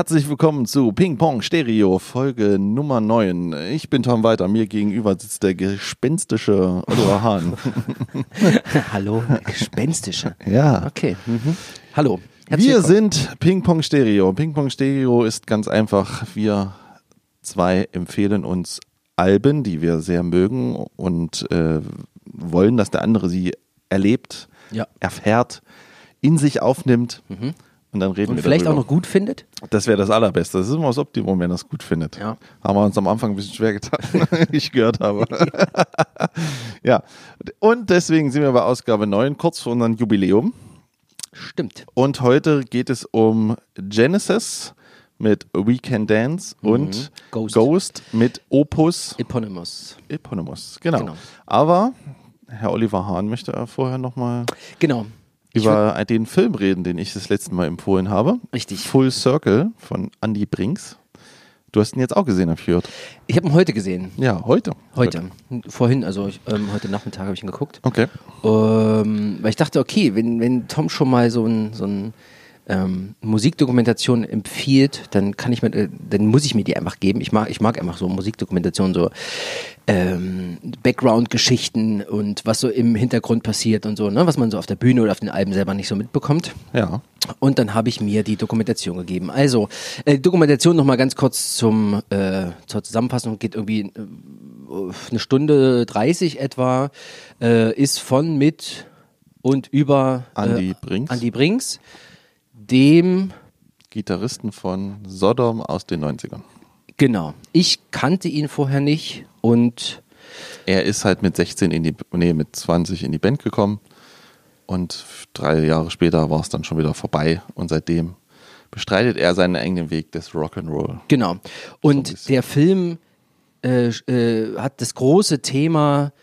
Herzlich willkommen zu Ping Pong Stereo, Folge Nummer 9. Ich bin Tom Weiter, mir gegenüber sitzt der gespenstische Oliver Hahn. Hallo, gespenstische. Ja. Okay. Hallo. Wir sind Ping Pong Stereo. Ping Pong Stereo ist ganz einfach, wir zwei empfehlen uns Alben, die wir sehr mögen und wollen, dass der andere sie erlebt, erfährt, in sich aufnimmt. Und dann reden wir vielleicht darüber. Auch noch gut findet? Das wäre das Allerbeste. Das ist immer das Optimum, wenn er es gut findet. Ja. Haben wir uns am Anfang ein bisschen schwer getan, wie ich gehört habe. Ja. Und deswegen sind wir bei Ausgabe 9, kurz vor unserem Jubiläum. Stimmt. Und heute geht es um Genesis mit We Can Dance und Ghost mit Opus Eponymous. Genau. Aber Herr Oliver Hahn möchte vorher nochmal über den Film reden, den ich das letzte Mal empfohlen habe. Richtig. Full Circle von Andy Brinks. Du hast ihn jetzt auch gesehen, habe ich gehört. Ich habe ihn heute gesehen. Ja, heute. Vorhin, also heute Nachmittag habe ich ihn geguckt. Okay. Weil ich dachte, okay, wenn Tom schon mal so ein Musikdokumentation empfiehlt, dann muss ich mir die einfach geben. Ich mag einfach so Musikdokumentationen, so Background-Geschichten und was so im Hintergrund passiert und so, ne, was man so auf der Bühne oder auf den Alben selber nicht so mitbekommt. Ja. Und dann habe ich mir die Dokumentation gegeben. Also, Dokumentation nochmal ganz kurz zur Zusammenfassung, geht irgendwie 1 Stunde 30 etwa, ist von, mit und über Andy Brinks, dem Gitarristen von Sodom aus den 90ern. Genau. Ich kannte ihn vorher nicht und er ist halt mit 20 in die Band gekommen und 3 Jahre später war es dann schon wieder vorbei und seitdem bestreitet er seinen eigenen Weg des Rock'n'Roll. Genau. Und so der Film hat das große Thema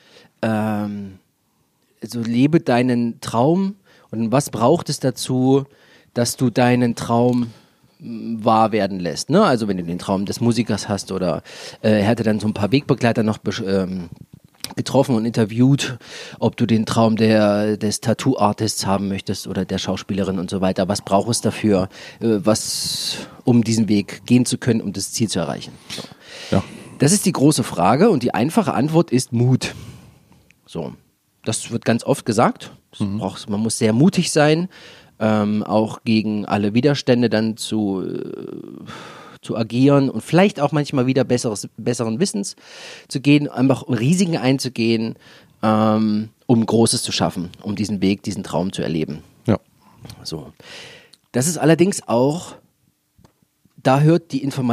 so lebe deinen Traum und was braucht es dazu, dass du deinen Traum wahr werden lässt. Ne? Also wenn du den Traum des Musikers hast oder er hatte dann so ein paar Wegbegleiter noch getroffen und interviewt, ob du den Traum des Tattoo-Artists haben möchtest oder der Schauspielerin und so weiter. Was braucht es dafür, um diesen Weg gehen zu können, um das Ziel zu erreichen? So. Ja. Das ist die große Frage und die einfache Antwort ist Mut. So, das wird ganz oft gesagt. Man muss sehr mutig sein, auch gegen alle Widerstände dann zu agieren und vielleicht auch manchmal wieder besseren Wissens zu gehen, einfach Risiken einzugehen, um Großes zu schaffen, um diesen Weg, diesen Traum zu erleben. Ja. So. Das ist allerdings auch, da hört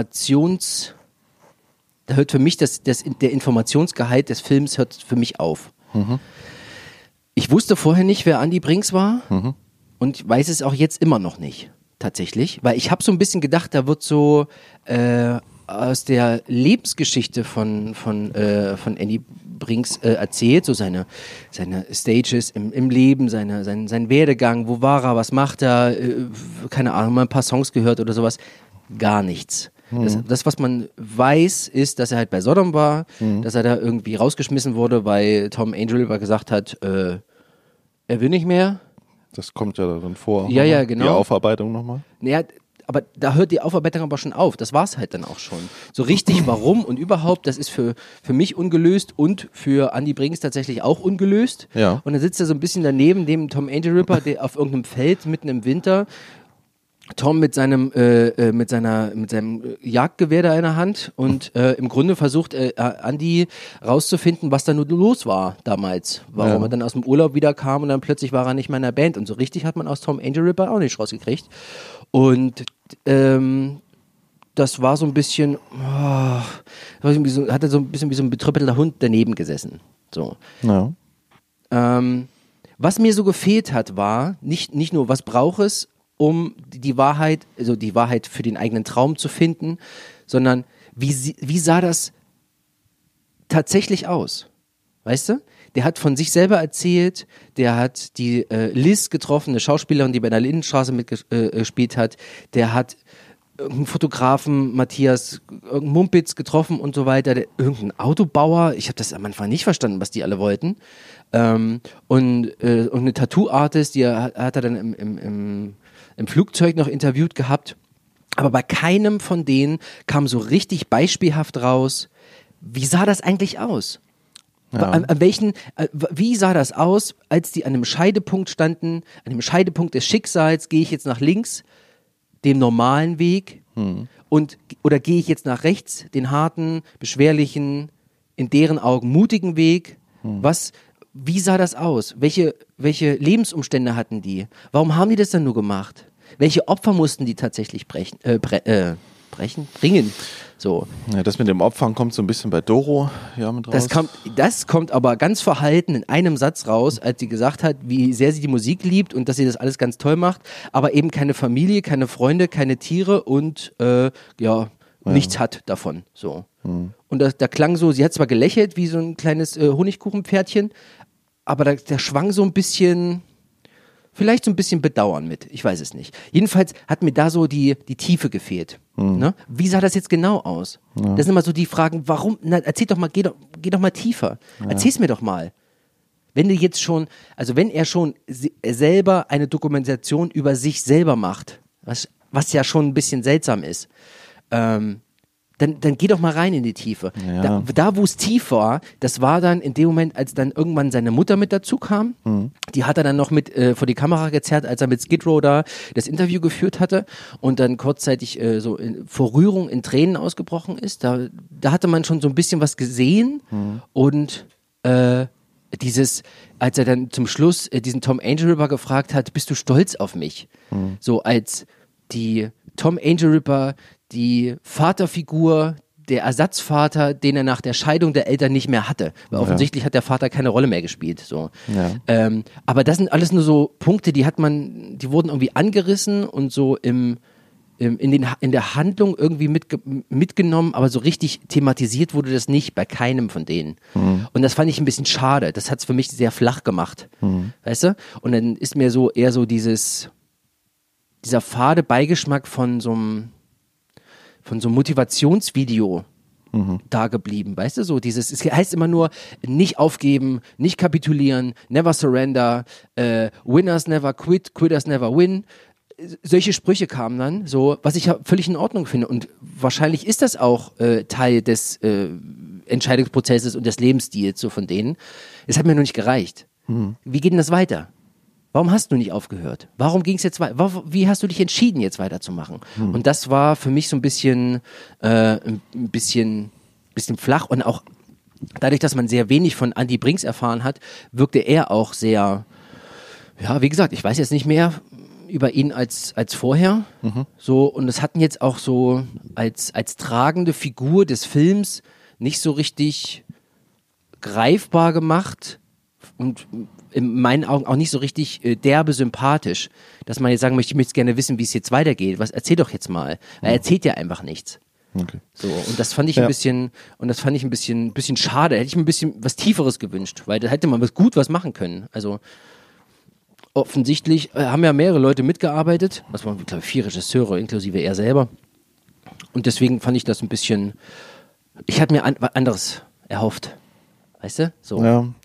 für mich der Informationsgehalt des Films hört für mich auf. Ich wusste vorher nicht, wer Andy Brinks war. Und weiß es auch jetzt immer noch nicht, tatsächlich. Weil ich habe so ein bisschen gedacht, da wird so aus der Lebensgeschichte von Andy Brinks erzählt, so seine Stages im Leben, sein Werdegang, wo war er, was macht er, keine Ahnung, mal ein paar Songs gehört oder sowas. Gar nichts. Das, was man weiß, ist, dass er halt bei Sodom war, dass er da irgendwie rausgeschmissen wurde, weil Tom Angelilliper gesagt hat, er will nicht mehr. Das kommt ja dann vor. Ja, genau. Die Aufarbeitung nochmal. Naja, aber da hört die Aufarbeitung aber schon auf. Das war es halt dann auch schon. So richtig, warum und überhaupt, das ist für mich ungelöst und für Andy Brinks tatsächlich auch ungelöst. Ja. Und dann sitzt er so ein bisschen daneben, dem Tom Angelilliper, der auf irgendeinem Feld mitten im Winter, Tom mit seinem Jagdgewehr da in der Hand und im Grunde versucht Andy rauszufinden, was da nur los war damals. Warum er dann aus dem Urlaub wieder kam und dann plötzlich war er nicht mehr in der Band. Und so richtig hat man aus Tom Angelilliper auch nicht rausgekriegt. Und das war so ein bisschen, hat er so ein bisschen wie so ein betröppelter Hund daneben gesessen. So. Ja. Was mir so gefehlt hat, war nicht nur, was braucht es, um die Wahrheit für den eigenen Traum zu finden, sondern wie sah das tatsächlich aus? Weißt du? Der hat von sich selber erzählt, der hat die Liz getroffen, eine Schauspielerin, die bei der Lindenstraße mitgespielt hat, der hat irgendeinen Fotografen, Matthias, irgendeinen Mumpitz getroffen und so weiter, irgendeinen Autobauer, ich habe das am Anfang nicht verstanden, was die alle wollten, und eine Tattoo-Artist, die hat er dann im Flugzeug noch interviewt gehabt. Aber bei keinem von denen kam so richtig beispielhaft raus, wie sah das eigentlich aus? Ja. Wie sah das aus, als die an einem Scheidepunkt standen, an dem Scheidepunkt des Schicksals, gehe ich jetzt nach links, dem normalen Weg, oder gehe ich jetzt nach rechts, den harten, beschwerlichen, in deren Augen mutigen Weg? Wie sah das aus? Welche Lebensumstände hatten die? Warum haben die das dann nur gemacht? Welche Opfer mussten die tatsächlich bringen? So. Ja, das mit dem Opfern kommt so ein bisschen bei Doro mit raus. Das kommt aber ganz verhalten in einem Satz raus, als sie gesagt hat, wie sehr sie die Musik liebt und dass sie das alles ganz toll macht, aber eben keine Familie, keine Freunde, keine Tiere und nichts hat davon. So. Und da klang so, sie hat zwar gelächelt wie so ein kleines Honigkuchenpferdchen, aber da schwang so ein bisschen, vielleicht so ein bisschen Bedauern mit. Ich weiß es nicht. Jedenfalls hat mir da so die Tiefe gefehlt. Ne? Wie sah das jetzt genau aus? Ja. Das sind immer so die Fragen, warum? Na, erzähl doch mal, geh doch mal tiefer. Ja. Erzähl's mir doch mal. Wenn er schon selber eine Dokumentation über sich selber macht, was ja schon ein bisschen seltsam ist, dann geh doch mal rein in die Tiefe. Ja. Da wo es tief war, das war dann in dem Moment, als dann irgendwann seine Mutter mit dazu kam. Die hat er dann noch mit vor die Kamera gezerrt, als er mit Skid Row da das Interview geführt hatte und dann kurzzeitig vor Rührung in Tränen ausgebrochen ist. Da hatte man schon so ein bisschen was gesehen und als er dann zum Schluss diesen Tom Angel Ripper gefragt hat, bist du stolz auf mich? So als die Tom Angel Ripper, die Vaterfigur, der Ersatzvater, den er nach der Scheidung der Eltern nicht mehr hatte. Weil offensichtlich hat der Vater keine Rolle mehr gespielt. So. Ja. Aber das sind alles nur so Punkte, die wurden irgendwie angerissen und so in der Handlung irgendwie mitgenommen, aber so richtig thematisiert wurde das nicht bei keinem von denen. Und das fand ich ein bisschen schade. Das hat es für mich sehr flach gemacht. Weißt du? Und dann ist mir so eher so dieser fade Beigeschmack von so einem Motivationsvideo da geblieben, weißt du, so es heißt immer nur, nicht aufgeben, nicht kapitulieren, never surrender, winners never quit, quitters never win. Solche Sprüche kamen dann, so, was ich ja völlig in Ordnung finde und wahrscheinlich ist das auch Teil des Entscheidungsprozesses und des Lebensstils so von denen. Es hat mir nur nicht gereicht. Wie geht denn das weiter? Warum hast du nicht aufgehört? Warum ging es jetzt weiter? Wie hast du dich entschieden, jetzt weiterzumachen? Und das war für mich so ein bisschen flach und auch dadurch, dass man sehr wenig von Andy Brinks erfahren hat, wirkte er auch sehr, ja, wie gesagt, ich weiß jetzt nicht mehr über ihn als vorher. So, und es hatten jetzt auch so als tragende Figur des Films nicht so richtig greifbar gemacht und in meinen Augen auch nicht so richtig derbe sympathisch, dass man jetzt sagen möchte, ich möchte gerne wissen, wie es jetzt weitergeht. Erzähl doch jetzt mal. Er erzählt ja einfach nichts. Okay. So, und das fand ich ein bisschen schade. Hätte ich mir ein bisschen was Tieferes gewünscht, weil da hätte man was machen können. Also offensichtlich haben ja mehrere Leute mitgearbeitet. Das waren, glaube ich, 4 Regisseure, inklusive er selber. Und deswegen fand ich das ein bisschen, ich hatte mir anderes erhofft. Weißt du? So.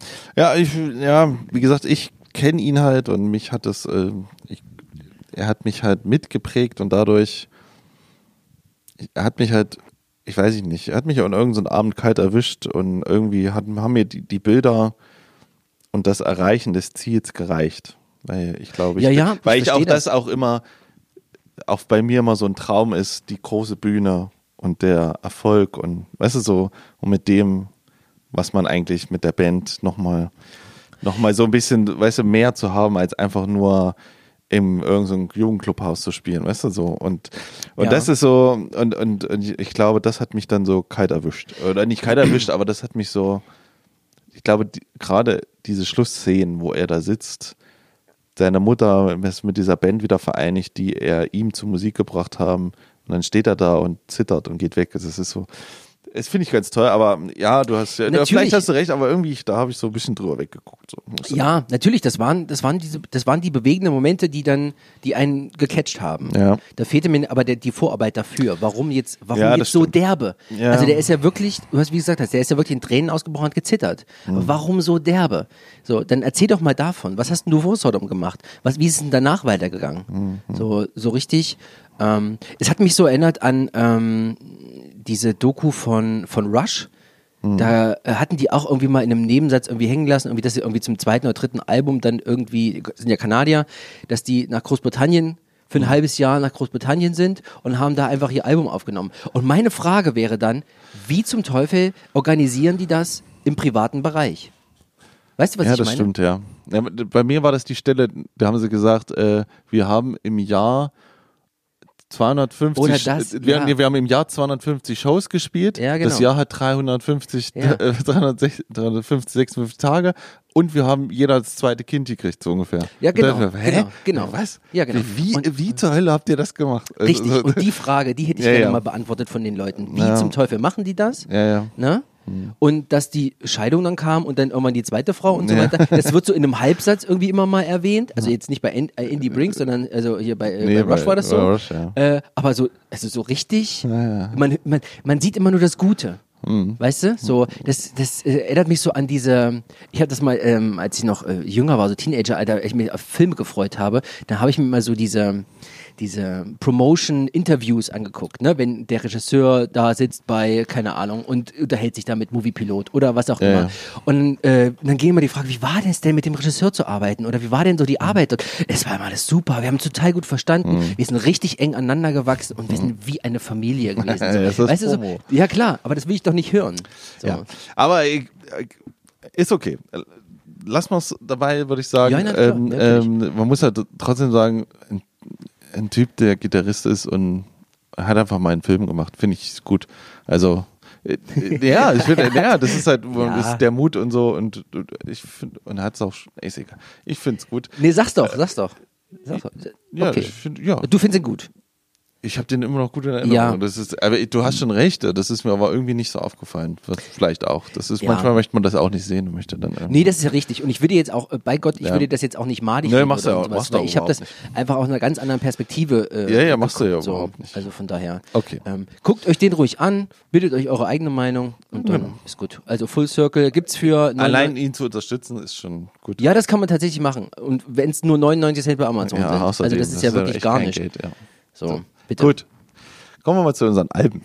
Wie gesagt, ich kenne ihn halt und mich hat er hat mich halt mitgeprägt und dadurch, er hat mich halt, ich weiß nicht, er hat mich an irgendeinem Abend kalt erwischt und irgendwie haben mir die Bilder und das Erreichen des Ziels gereicht. Weil ich glaube, weil ich auch das auch immer, auch bei mir immer so ein Traum ist, die große Bühne und der Erfolg und weißt du so, und mit dem, was man eigentlich mit der Band noch mal so ein bisschen, weißt du, mehr zu haben, als einfach nur im irgendeinem Jugendclubhaus zu spielen, weißt du so. Und das ist so, und ich glaube, das hat mich dann so kalt erwischt. Oder nicht kalt erwischt, aber das hat mich so, ich glaube, gerade diese Schlussszenen, wo er da sitzt, seine Mutter ist mit dieser Band wieder vereinigt, die ihm zur Musik gebracht haben, und dann steht er da und zittert und geht weg. Das ist so, Das finde ich ganz toll, aber ja, Natürlich. vielleicht hast du recht, aber irgendwie, da habe ich so ein bisschen drüber weggeguckt. So. Ja, natürlich, das waren die bewegenden Momente, die einen gecatcht haben. Ja. Da fehlte mir aber die Vorarbeit dafür. Warum jetzt Ja, das so stimmt. derbe? Ja. Also der ist ja wirklich, du hast wie gesagt, der ist ja wirklich in Tränen ausgebrochen, hat gezittert. Aber warum so derbe? So, dann erzähl doch mal davon. Was hast denn du vor Sodom gemacht? Wie ist es denn danach weitergegangen? So richtig. Es hat mich so erinnert an diese Doku von Rush. Da hatten die auch irgendwie mal in einem Nebensatz irgendwie hängen lassen, irgendwie, dass sie irgendwie zum 2. oder 3. Album dann irgendwie, sind ja Kanadier, dass die nach Großbritannien für ein halbes Jahr nach Großbritannien sind und haben da einfach ihr Album aufgenommen. Und meine Frage wäre dann, wie zum Teufel organisieren die das im privaten Bereich? Weißt du, was ich meine? Ja, das stimmt, ja. Bei mir war das die Stelle, da haben sie gesagt, wir haben im Jahr 250, Oder das, wir haben im Jahr 250 Shows gespielt. Ja, genau. Das Jahr hat 350, 56 Tage und wir haben jeder das zweite Kind gekriegt, so ungefähr. Ja, genau. Und dann, Genau. Was? Ja, genau. Wie zur Hölle habt ihr das gemacht? Richtig, Also, und die Frage, die hätte ich Ja, gerne ja. mal beantwortet von den Leuten. Wie Ja. zum Teufel machen die das? Ja. Ne? Und dass die Scheidung dann kam und dann irgendwann die zweite Frau und so Ja. weiter. Das wird so in einem Halbsatz irgendwie immer mal erwähnt. Also jetzt nicht bei Indie Brinks, sondern also hier bei Rush war das so. bei Rush, ja. Aber so richtig, man sieht immer nur das Gute. Weißt du? So, das erinnert mich so an diese, ich habe das mal, als ich noch jünger war, so Teenager-Alter, ich mich auf Filme gefreut habe, da habe ich mir mal so diese Promotion-Interviews angeguckt, ne? Wenn der Regisseur da sitzt bei, keine Ahnung, und unterhält sich da mit Moviepilot oder was auch immer. Ja. Und dann ging immer die Frage, wie war es denn mit dem Regisseur zu arbeiten? Oder wie war denn so die Arbeit dort? Es war immer alles super, wir haben uns total gut verstanden, wir sind richtig eng aneinander gewachsen und wir sind wie eine Familie gewesen. So. Das ist Weißt du, so, Promo. ja klar, aber das will ich doch nicht hören. So. Ja. Aber ist okay. Lass mal es dabei, würde ich sagen. Ja, na klar, natürlich. Man muss halt trotzdem sagen, ein Typ, der Gitarrist ist und hat einfach mal einen Film gemacht, finde ich gut. Also ja, ich finde, ja, das ist halt das ist der Mut und so und ich finde, und hat es auch, ist egal. Ich finde es gut. Nee, sag's doch. Ja, Okay. ich finde, ja. Du findest ihn gut. Ich habe den immer noch gut in Erinnerung. Ja. Das ist, aber du hast schon recht, das ist mir aber irgendwie nicht so aufgefallen. Vielleicht auch. Das ist, Ja. manchmal möchte man das auch nicht sehen und möchte dann Nee, das ist ja richtig. Und ich würde jetzt auch, bei Gott, ich Ja. würde das jetzt auch nicht madig Nee, finden machst du oder ja- sowas, machst du weil ich habe das überhaupt einfach aus einer ganz anderen Perspektive Ja, machst du ja geguckt, überhaupt nicht. Also von daher. Okay. Guckt euch den ruhig an, bildet euch eure eigene Meinung und dann ist gut. Also Full Circle gibt's für Allein ihn zu unterstützen ist schon gut. Ja, das kann man tatsächlich machen. Und wenn es nur 99 Cent bei Amazon sind. außerdem, Also das ist ja wirklich echt gar kein nicht. Geld, ja. So, bitte. Gut. Kommen wir mal zu unseren Alben.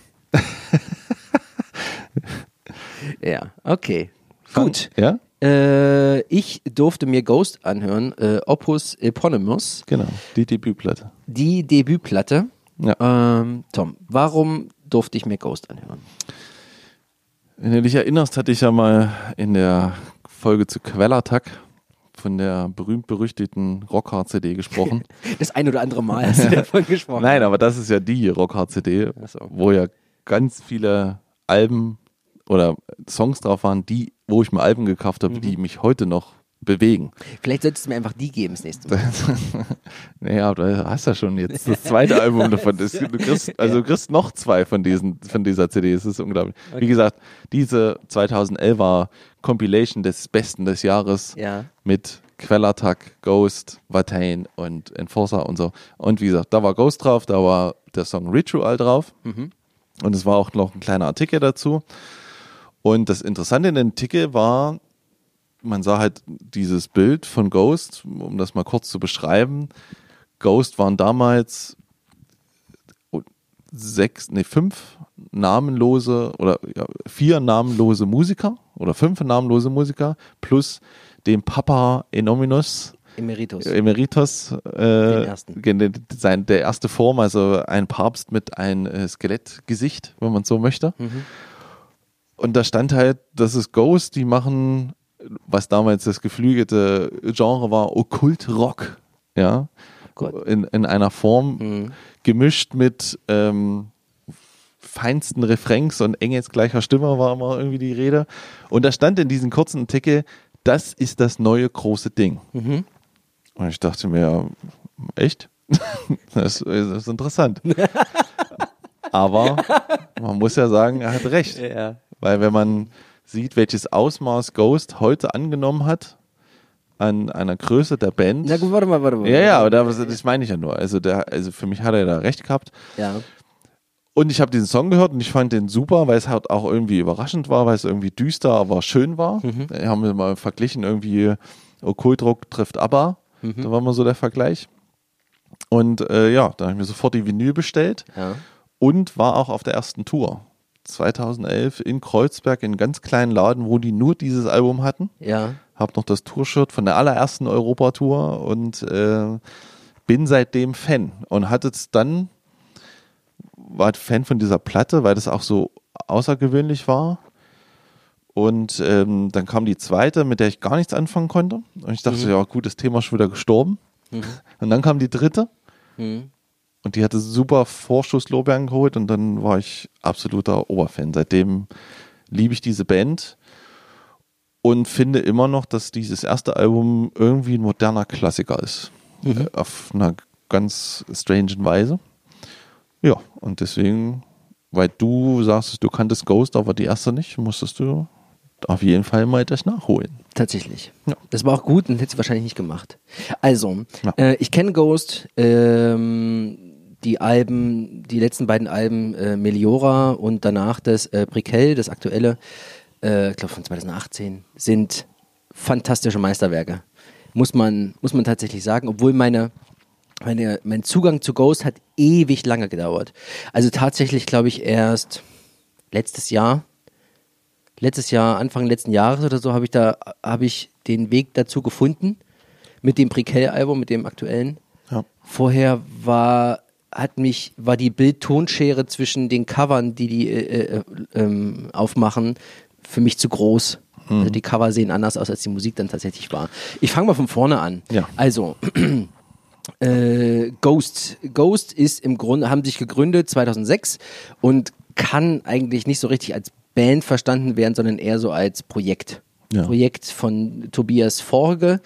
Ja, okay. Gut. Ja? Ich durfte mir Ghost anhören, Opus Eponymous, Genau. Die Debütplatte. die Debütplatte. Ja. Tom, warum durfte ich mir Ghost anhören? Wenn du dich erinnerst, hatte ich ja mal in der Folge zu Quellattack von der berühmt-berüchtigten Rockhard-CD gesprochen. Das ein oder andere Mal hast du davon gesprochen. Nein, aber das ist ja die Rockhard-CD, Ach so. wo ja ganz viele Alben oder Songs drauf waren, wo ich mir Alben gekauft habe, die mich heute noch bewegen. Vielleicht solltest du mir einfach die geben das nächste Mal. Naja, du hast ja schon jetzt das zweite Album davon. Du kriegst noch 2 von dieser CD. Es ist unglaublich. Okay. Wie gesagt, diese 2011er Compilation des Besten des Jahres Ja. mit Quellattack, Ghost, Watain und Enforcer und so. Und wie gesagt, da war Ghost drauf, da war der Song Ritual drauf. Und es war auch noch ein kleiner Artikel dazu. Und das Interessante in dem Artikel war, man sah halt dieses Bild von Ghost, um das mal kurz zu beschreiben. Ghost waren damals 5 namenlose oder 4 namenlose Musiker oder 5 namenlose Musiker plus dem Papa Enominos Emeritus. Emeritus, ersten. der erste Form, also ein Papst mit ein Skelettgesicht, wenn man so möchte. Und da stand halt, das ist Ghost, die machen, was damals das geflügelte Genre war, Okkult-Rock. Ja, Gott. in einer Form gemischt mit feinsten Refrains und engelsgleicher Stimme war immer irgendwie die Rede. Und da stand in diesem kurzen Artikel, das ist das neue große Ding. Und ich dachte mir, echt? Das ist interessant. Aber man muss ja sagen, er hat recht. Ja. Weil wenn man sieht, welches Ausmaß Ghost heute angenommen hat an einer Größe der Band. Na gut, warte mal. Ja, aber das meine ich ja nur. Also für mich hat er da recht gehabt. Ja. Und ich habe diesen Song gehört und ich fand den super, weil es halt auch irgendwie überraschend war, weil es irgendwie düster, aber schön war. Haben wir mal verglichen, irgendwie Okkultdruck trifft ABBA. Da war mal so der Vergleich. Und dann habe ich mir sofort die Vinyl bestellt und war auch auf der ersten Tour. 2011 in Kreuzberg in einem ganz kleinen Laden, wo die nur dieses Album hatten. Ja. Hab noch das Tourshirt von der allerersten Europatour und bin seitdem Fan. Und war Fan von dieser Platte, weil das auch so außergewöhnlich war. Und dann kam die zweite, mit der ich gar nichts anfangen konnte. Und ich dachte, ja gut, das Thema ist schon wieder gestorben. Und dann kam die dritte. Und die hatte super Vorschusslorbeeren geholt und dann war ich absoluter Oberfan. Seitdem liebe ich diese Band und finde immer noch, dass dieses erste Album irgendwie ein moderner Klassiker ist. Auf einer ganz strange Weise. Ja, und deswegen, weil du sagst, du kanntest Ghost, aber die erste nicht, musstest du auf jeden Fall mal das nachholen. Tatsächlich. Ja. Das war auch gut und hätte sie wahrscheinlich nicht gemacht. Also, ich kenne Ghost, die letzten beiden Alben Meliora und danach das Brickell, das aktuelle, ich glaube von 2018, sind fantastische Meisterwerke. Muss man tatsächlich sagen, obwohl mein Zugang zu Ghost hat ewig lange gedauert. Also tatsächlich glaube ich erst letztes Jahr, Anfang letzten Jahres oder so, habe ich den Weg dazu gefunden mit dem Brickell-Album, mit dem aktuellen. Ja. Vorher war die Bild-Tonschere zwischen den Covern, die aufmachen, für mich zu groß. Also die Cover sehen anders aus, als die Musik dann tatsächlich war. Ich fange mal von vorne an. Ja. Also, Ghost ist im Grunde, haben sich gegründet 2006 und kann eigentlich nicht so richtig als Band verstanden werden, sondern eher so als Projekt. Ja. Projekt von Tobias Forge,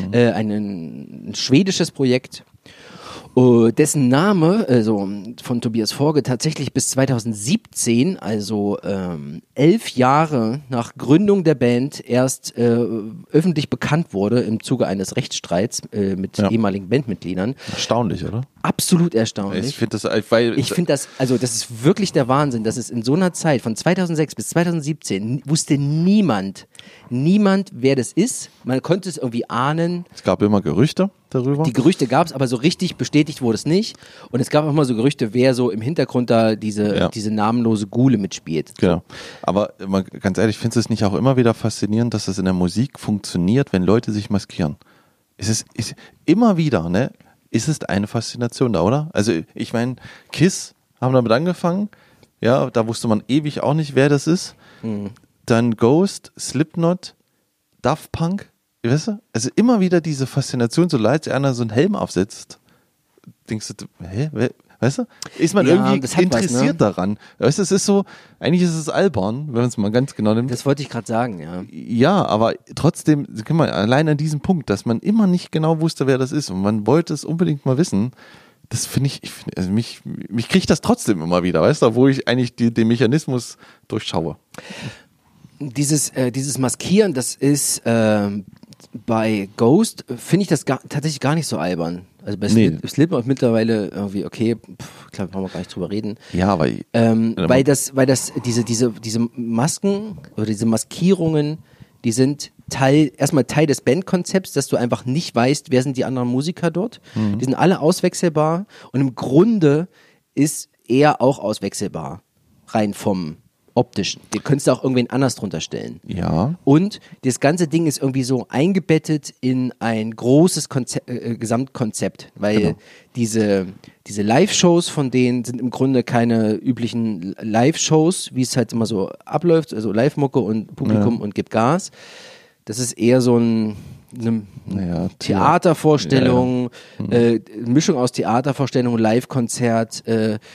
ein schwedisches Projekt, dessen Name, also von Tobias Forge, tatsächlich bis 2017, also 11 Jahre nach Gründung der Band, erst öffentlich bekannt wurde im Zuge eines Rechtsstreits mit ehemaligen Bandmitgliedern. Erstaunlich, oder? Absolut erstaunlich. Ich finde das, also das ist wirklich der Wahnsinn, dass es in so einer Zeit von 2006 bis 2017 wusste niemand, wer das ist. Man konnte es irgendwie ahnen. Es gab immer Gerüchte darüber. Die Gerüchte gab es, aber so richtig bestätigt wurde es nicht. Und es gab auch immer so Gerüchte, wer so im Hintergrund da diese namenlose Gule mitspielt. Genau. Aber ganz ehrlich, findest du es nicht auch immer wieder faszinierend, dass das in der Musik funktioniert, wenn Leute sich maskieren? Ist immer wieder, ne? Ist es eine Faszination da, oder? Also ich meine, Kiss haben damit angefangen, ja, da wusste man ewig auch nicht, wer das ist. Dann Ghost, Slipknot, Daft Punk, weißt du? Also immer wieder diese Faszination, so leid einer so einen Helm aufsetzt, denkst du, hä, weißt du? Ist man irgendwie interessiert daran? Weißt du, es ist so, eigentlich ist es albern, wenn man es mal ganz genau nimmt. Das wollte ich gerade sagen, ja. Ja, aber trotzdem, guck mal, allein an diesem Punkt, dass man immer nicht genau wusste, wer das ist und man wollte es unbedingt mal wissen, das finde ich, also mich kriegt das trotzdem immer wieder, weißt du, wo ich eigentlich den Mechanismus durchschaue. Dieses Maskieren, das ist bei Ghost, finde ich das tatsächlich gar nicht so albern. Also bei Slipknot mittlerweile irgendwie, okay, klar, brauchen wir gar nicht drüber reden. Ja, aber weil diese Masken oder diese Maskierungen, die sind erstmal Teil des Bandkonzepts, dass du einfach nicht weißt, wer sind die anderen Musiker dort. Die sind alle auswechselbar und im Grunde ist er auch auswechselbar, rein vom Optischen. Du könntest auch irgendwen anders drunter stellen. Ja. Und das ganze Ding ist irgendwie so eingebettet in ein großes Gesamtkonzept, weil diese Live-Shows von denen sind im Grunde keine üblichen Live-Shows, wie es halt immer so abläuft, also Live-Mucke und Publikum und gibt Gas. Das ist eher so eine Theatervorstellung, Mischung aus Theatervorstellung, Live-Konzert,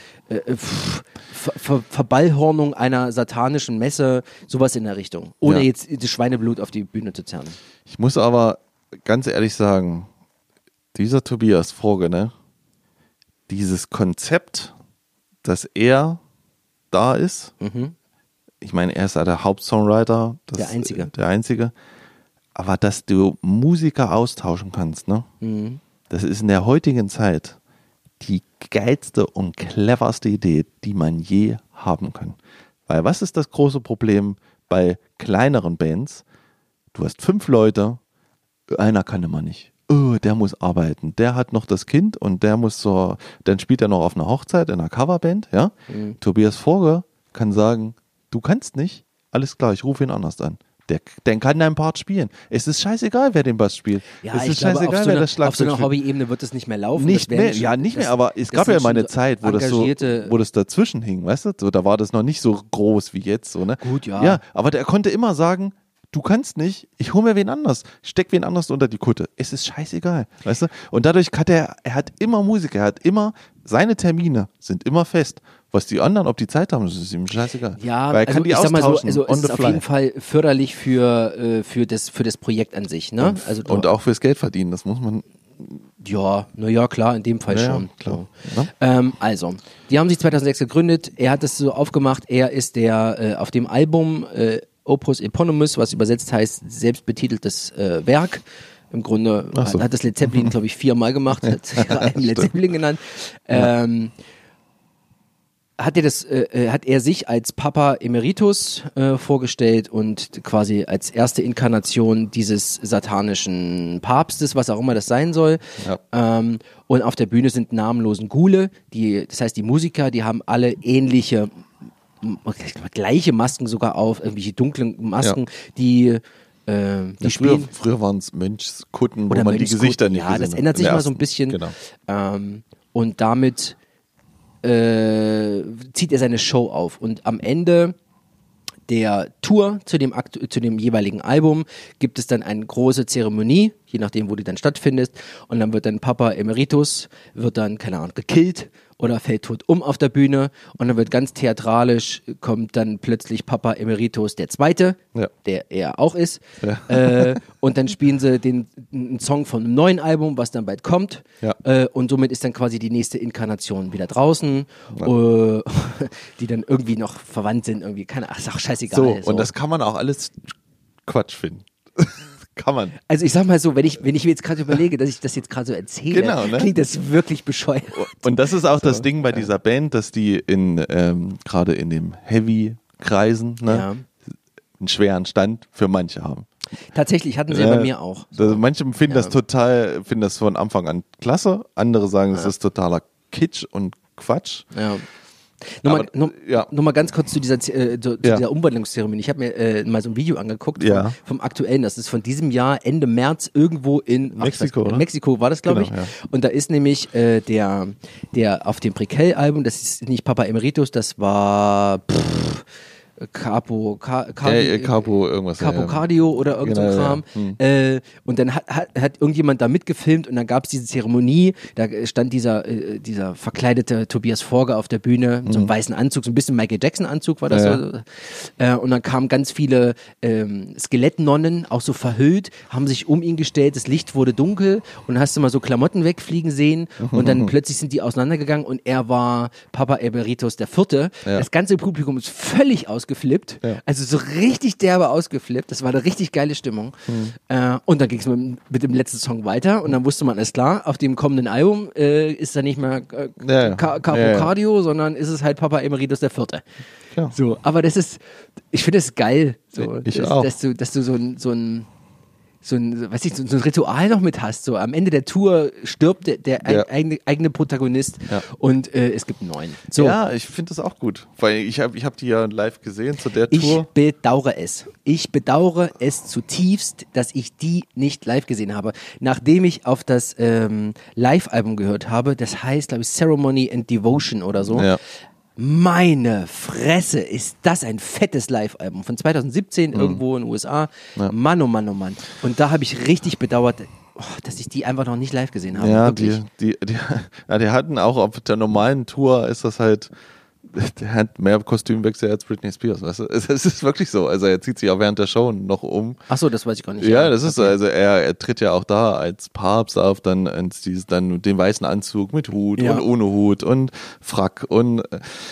Verballhornung einer satanischen Messe, sowas in der Richtung. Ohne jetzt das Schweineblut auf die Bühne zu zerren. Ich muss aber ganz ehrlich sagen, dieser Tobias Forge, ne, dieses Konzept, dass er da ist. Ich meine, er ist ja der Hauptsongwriter. Der Einzige. Der Einzige. Aber dass du Musiker austauschen kannst, ne? Das ist in der heutigen Zeit die geilste und cleverste Idee, die man je haben kann. Weil was ist das große Problem bei kleineren Bands? Du hast 5 Leute, einer kann immer nicht. Oh, der muss arbeiten, der hat noch das Kind und der muss dann spielt er noch auf einer Hochzeit in einer Coverband, ja? Tobias Forge kann sagen, du kannst nicht, alles klar, ich rufe ihn anders an. Der kann deinen Part spielen. Es ist scheißegal, wer den Bass spielt. Ja, es ist glaube, scheißegal, wer das Schlagzeug auf so einer spielt. Hobby-Ebene wird es nicht mehr laufen. Nicht mehr, aber es gab ja mal eine Zeit, wo das dazwischen hing, weißt du? So, da war das noch nicht so groß wie jetzt. So, ne? Gut, ja. Ja, aber der konnte immer sagen, du kannst nicht, ich hole mir wen anders, steck wen anders unter die Kutte. Es ist scheißegal, weißt du? Und dadurch hat er hat immer Musiker, er hat immer, seine Termine sind immer fest. Was die anderen, ob die Zeit haben, das ist ihm scheißegal. Ja, weil er kann die austauschen. Also es ist auf jeden Fall förderlich für das Projekt an sich. Ne? Und auch fürs Geld verdienen, das muss man. Ja, naja, klar, in dem Fall schon. Klar. So. Also, die haben sich 2006 gegründet, er hat es so aufgemacht, er ist der auf dem Album Opus Eponymous, was übersetzt heißt, selbstbetiteltes Werk. Im Grunde hat das Led Zeppelin, glaube ich, 4-mal gemacht, hat ihre Alben Led Zeppelin genannt. Hat er sich als Papa Emeritus vorgestellt und quasi als erste Inkarnation dieses satanischen Papstes, was auch immer das sein soll. Ja. Und auf der Bühne sind namenlosen Ghule, das heißt die Musiker, die haben alle ähnliche, gleiche Masken sogar auf, irgendwelche dunklen Masken, die spielen. Früher waren es Mönchskutten, wo man die Gesichter nicht gesehen hat. Ja, das ändert sich mal so ein bisschen. Genau. Und damit zieht er seine Show auf und am Ende der Tour zu dem jeweiligen Album gibt es dann eine große Zeremonie, je nachdem, wo die dann stattfindet, und dann wird dann Papa Emeritus, keine Ahnung, gekillt oder fällt tot auf der Bühne und dann wird ganz theatralisch, kommt dann plötzlich Papa Emeritus der Zweite, der er auch ist, und dann spielen sie einen Song von einem neuen Album, was dann bald kommt, und somit ist dann quasi die nächste Inkarnation wieder draußen, die dann irgendwie noch verwandt sind, irgendwie, keine Ahnung, ist auch scheißegal. So, und das kann man auch alles Quatsch finden. Kann man. Also ich sag mal so, wenn ich mir jetzt gerade überlege, dass ich das jetzt gerade so erzähle, klingt das wirklich bescheuert. Und das ist auch das Ding bei dieser Band, dass die gerade in dem Heavy-Kreisen einen schweren Stand für manche haben. Tatsächlich, hatten sie bei mir auch. So. Manche finden das von Anfang an klasse, andere sagen, es ist totaler Kitsch und Quatsch. Ja. Nur mal ganz kurz zu dieser Umwandlungszeremonie. Ich habe mir mal so ein Video angeguckt vom aktuellen, das ist von diesem Jahr, Ende März, irgendwo in Mexiko, oder? Mexiko war das, glaube ich. Ja. Und da ist nämlich der auf dem Prequel-Album, das ist nicht Papa Emeritus, das war Capo irgendwas. Capo Cardio oder irgend so ein Kram. Und dann hat irgendjemand da mitgefilmt und dann gab es diese Zeremonie, da stand dieser verkleidete Tobias Forge auf der Bühne mit so einem weißen Anzug, so ein bisschen Michael Jackson Anzug war das so. Und dann kamen ganz viele Skelettnonnen, auch so verhüllt, haben sich um ihn gestellt, das Licht wurde dunkel und dann hast du mal so Klamotten wegfliegen sehen und dann plötzlich sind die auseinandergegangen und er war Papa Emeritus der Vierte. Das ganze Publikum ist völlig ausgeflippt. Also so richtig derbe ausgeflippt. Das war eine richtig geile Stimmung. Und dann ging es mit dem letzten Song weiter und dann wusste man, alles klar, auf dem kommenden Album ist da nicht mehr Capo Cardio, sondern ist es halt Papa Emeritus der Vierte. Ja. So, aber ich finde es geil, so, dass du so ein Ritual noch mit hast. So am Ende der Tour stirbt der eigene Protagonist und es gibt einen neuen. So. Ja, ich finde das auch gut, weil ich hab die ja live gesehen zu der Tour. Ich bedauere es zutiefst, dass ich die nicht live gesehen habe. Nachdem ich auf das Live-Album gehört habe, das heißt, glaube ich, Ceremony and Devotion oder so. Ja. Meine Fresse, ist das ein fettes Live-Album von 2017 irgendwo in den USA. Ja. Mann, oh Mann, oh Mann. Und da habe ich richtig bedauert, dass ich die einfach noch nicht live gesehen habe. Ja, die hatten auch auf der normalen Tour ist das halt der hat mehr Kostümwechsel als Britney Spears, weißt du? Es ist wirklich so. Also er zieht sich auch während der Show noch um. Ach so, das weiß ich gar nicht. Ja, das ist so. Also er tritt ja auch da als Papst auf, dann den weißen Anzug mit Hut und ohne Hut und Frack und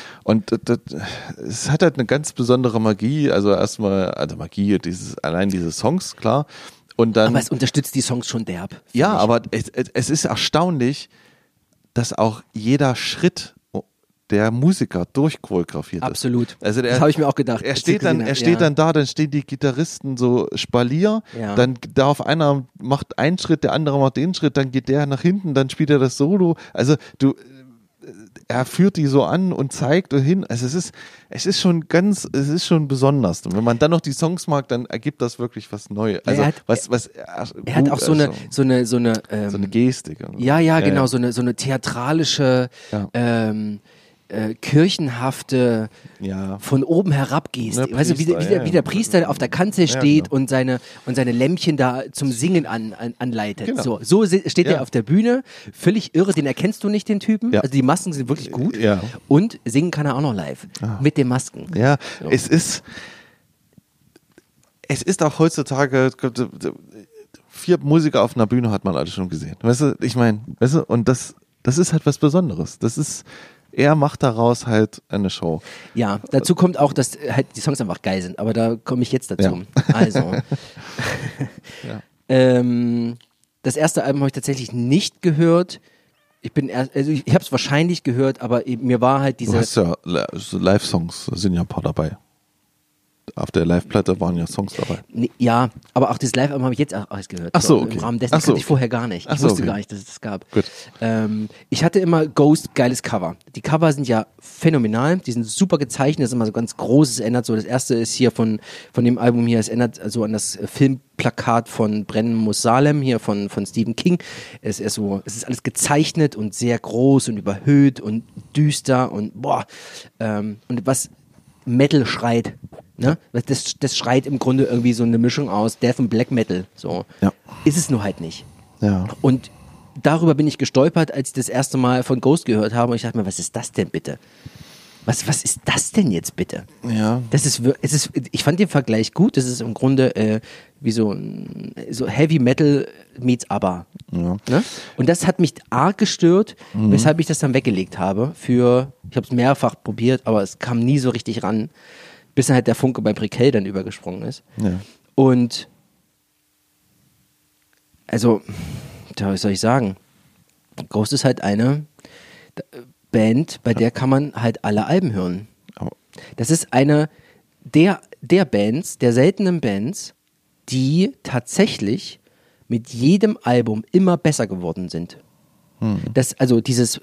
es hat halt eine ganz besondere Magie. Also erstmal, Magie, allein diese Songs, klar. Und dann, aber es unterstützt die Songs schon derb. Ja, aber es ist erstaunlich, dass auch jeder Schritt der Musiker durchchoreografiert ist. Absolut. Also das habe ich mir auch gedacht. Er steht dann da, dann stehen die Gitarristen so Spalier, dann darf einer macht einen Schritt, der andere macht den Schritt, dann geht der nach hinten, dann spielt er das Solo. Also er führt die so an und zeigt hin. Also es ist schon besonders. Und wenn man dann noch die Songs mag, dann ergibt das wirklich was Neues. Also er hat auch so eine Gestik. Genau, so eine theatralische, kirchenhafte, von oben herab Gestik. Weißt du, wie der Priester auf der Kanzel steht und seine Lämpchen da zum Singen anleitet. Genau. So steht er auf der Bühne, völlig irre, den erkennst du nicht, den Typen. Also die Masken sind wirklich gut. Und singen kann er auch noch live. Mit den Masken. Ja, so. Es ist auch heutzutage 4 Musiker auf einer Bühne hat man alle schon gesehen. Weißt du, ich meine, und das ist halt was Besonderes. Er macht daraus halt eine Show. Ja, dazu kommt auch, dass halt die Songs einfach geil sind, aber da komme ich jetzt dazu. Ja. Also, das erste Album habe ich tatsächlich nicht gehört. Ich habe es wahrscheinlich gehört, aber mir war halt diese... Du hast ja Live-Songs, sind ja ein paar dabei. Auf der Live-Platte waren ja Songs dabei. Nee, ja, aber auch das Live-Album habe ich jetzt auch erst gehört. Ach so, okay. Im Rahmen dessen kannte ich vorher gar nicht. Ich wusste gar nicht, dass es das gab. Gut. Ich hatte immer Ghost, geiles Cover. Die Cover sind ja phänomenal, die sind super gezeichnet, das ist immer so ganz groß, es ändert so. Das erste ist hier von dem Album hier, es ändert so an das Filmplakat von Brennen muss Salem, hier von Stephen King. Es ist alles gezeichnet und sehr groß und überhöht und düster und und was Metal schreit. Ne? Das schreit im Grunde irgendwie so eine Mischung aus Death und Black Metal. So. Ja. Ist es nur halt nicht. Ja. Und darüber bin ich gestolpert, als ich das erste Mal von Ghost gehört habe und ich dachte mir, was ist das denn bitte? Was ist das denn jetzt bitte? Ja. Ich fand den Vergleich gut. Das ist im Grunde wie so Heavy Metal meets ABBA. Ja. Ne? Und das hat mich arg gestört, weshalb ich das dann weggelegt habe. Ich habe es mehrfach probiert, aber es kam nie so richtig ran, bis dann halt der Funke bei Brickell dann übergesprungen ist. Ja. Und also, was soll ich sagen? Ghost ist halt eine Band, bei der kann man halt alle Alben hören. Oh. Das ist eine der Bands, der seltenen Bands, die tatsächlich mit jedem Album immer besser geworden sind. Also dieses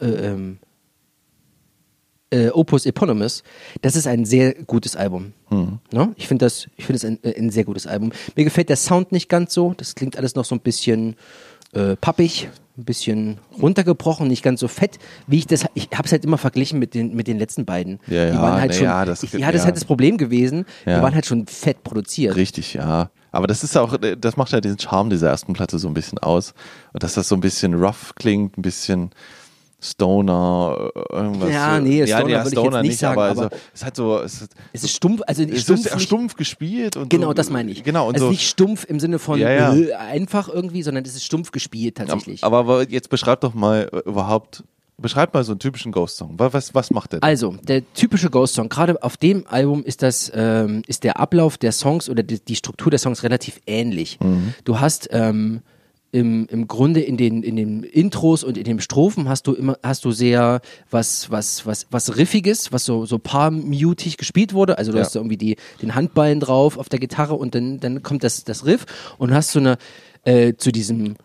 Opus Eponymous, das ist ein sehr gutes Album. Ne? Ich finde das ein sehr gutes Album. Mir gefällt der Sound nicht ganz so, das klingt alles noch so ein bisschen pappig, ein bisschen runtergebrochen, nicht ganz so fett, ich habe es halt immer verglichen mit den letzten beiden. Ja, die waren halt das ist halt das Problem gewesen, die waren halt schon fett produziert. Richtig, ja. Aber das ist auch, das macht ja diesen Charme dieser ersten Platte so ein bisschen aus. Und dass das so ein bisschen rough klingt, ein bisschen Stoner, irgendwas. Ja, nee, Stoner würde ich jetzt nicht sagen, aber es hat so... Es ist stumpf, also es ist stumpf gespielt. Und genau, so, das meine ich. Genau, und also so, nicht stumpf im Sinne von einfach irgendwie, sondern es ist stumpf gespielt tatsächlich. Aber jetzt beschreib doch mal beschreib mal so einen typischen Ghost-Song. Was macht der denn? Also, der typische Ghost-Song, gerade auf dem Album ist der Ablauf der Songs oder die Struktur der Songs relativ ähnlich. Du hast im Grunde in den Intros und in den Strophen hast du sehr was Riffiges, was so paar-mutig gespielt wurde. Also du hast irgendwie den Handballen drauf auf der Gitarre und dann kommt das Riff und hast so eine zu diesem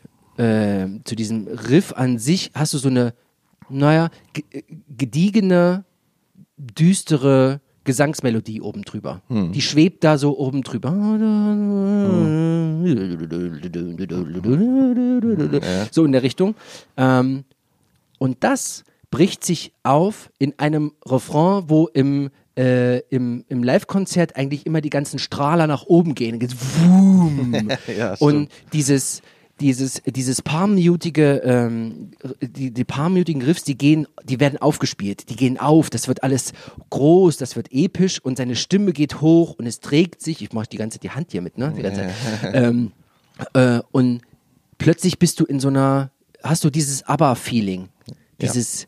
Riff an sich hast du so eine, gediegene, düstere Gesangsmelodie oben drüber. Die schwebt da so oben drüber. So in der Richtung. Und das bricht sich auf in einem Refrain, wo im Live-Konzert eigentlich immer die ganzen Strahler nach oben gehen. Und dieses paarminütige, die paarminütigen Riffs, die werden aufgespielt, die gehen auf, das wird alles groß, das wird episch und seine Stimme geht hoch und es trägt sich, ich mache die ganze Zeit die Hand hier mit, ne, die ganze Zeit, und plötzlich bist du hast du dieses ABBA-Feeling, dieses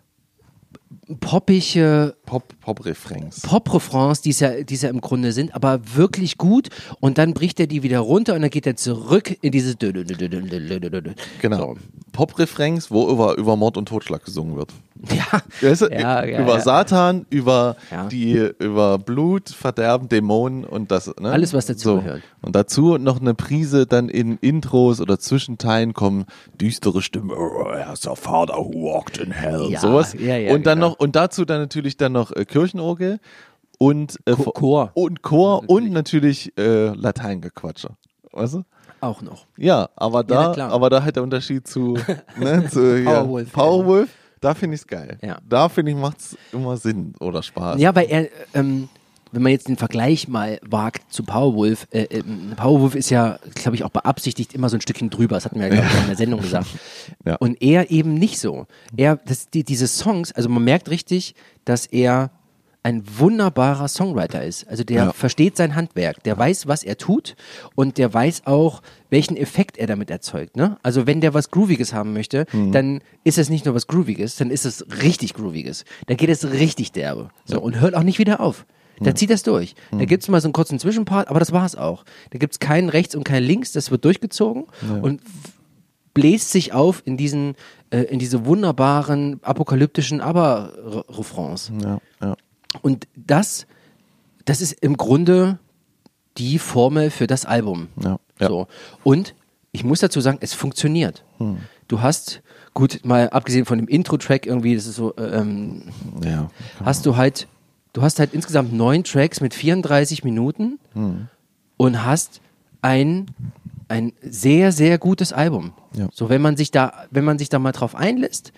poppige Pop-Refrains, die es ja im Grunde sind, aber wirklich gut und dann bricht er die wieder runter und dann geht er zurück in dieses Genau. So. Pop-Refrains, wo über Mord und Totschlag gesungen wird. Ja. Weißt du, Ja, über Satan, über Ja. über Blut, Verderben, Dämonen und das, ne? Alles, was dazu gehört. Und dazu noch eine Prise dann in Intros oder Zwischenteilen kommen düstere Stimmen. Oh, er ist der Father who walked in hell. Ja, Sowas. ja, und dann genau. noch, und dazu dann natürlich noch Kirchenorgel und Chor. Und natürlich Lateingequatsche. Weißt du? Auch noch. Ja, aber na klar. da halt der Unterschied zu, zu Powerwolf. Powerwolf, da finde ich es geil. Ja. Da finde ich, macht es immer Sinn oder Spaß. Ja, weil er, wenn man jetzt den Vergleich mal wagt zu Powerwolf, Powerwolf ist ja, glaube ich, auch beabsichtigt immer so ein Stückchen drüber, das hatten wir ja, glaube ich, in der Sendung gesagt. Ja. Und er eben nicht so. Diese Songs, also man merkt richtig, dass er ein wunderbarer Songwriter ist. Also der versteht sein Handwerk, der weiß, was er tut und der weiß auch, welchen Effekt er damit erzeugt. Ne? Also wenn der was Grooviges haben möchte, dann ist es nicht nur was Grooviges, dann ist es richtig Grooviges. Dann geht es richtig derbe. So, und hört auch nicht wieder auf. Da zieht das durch. Da gibt es mal so einen kurzen Zwischenpart, aber das war's auch. Da gibt es keinen rechts und keinen links, das wird durchgezogen und bläst sich auf in diese wunderbaren apokalyptischen Aber-Refrains. Ja, ja. Und das ist im Grunde die Formel für das Album. Ja, ja. So. Und ich muss dazu sagen, es funktioniert. Du hast, gut, mal abgesehen von dem Intro-Track irgendwie, das ist so, Ja. du hast halt insgesamt 9 Tracks mit 34 Minuten und hast ein sehr, sehr gutes Album. Ja. So, wenn man sich da mal drauf einlässt,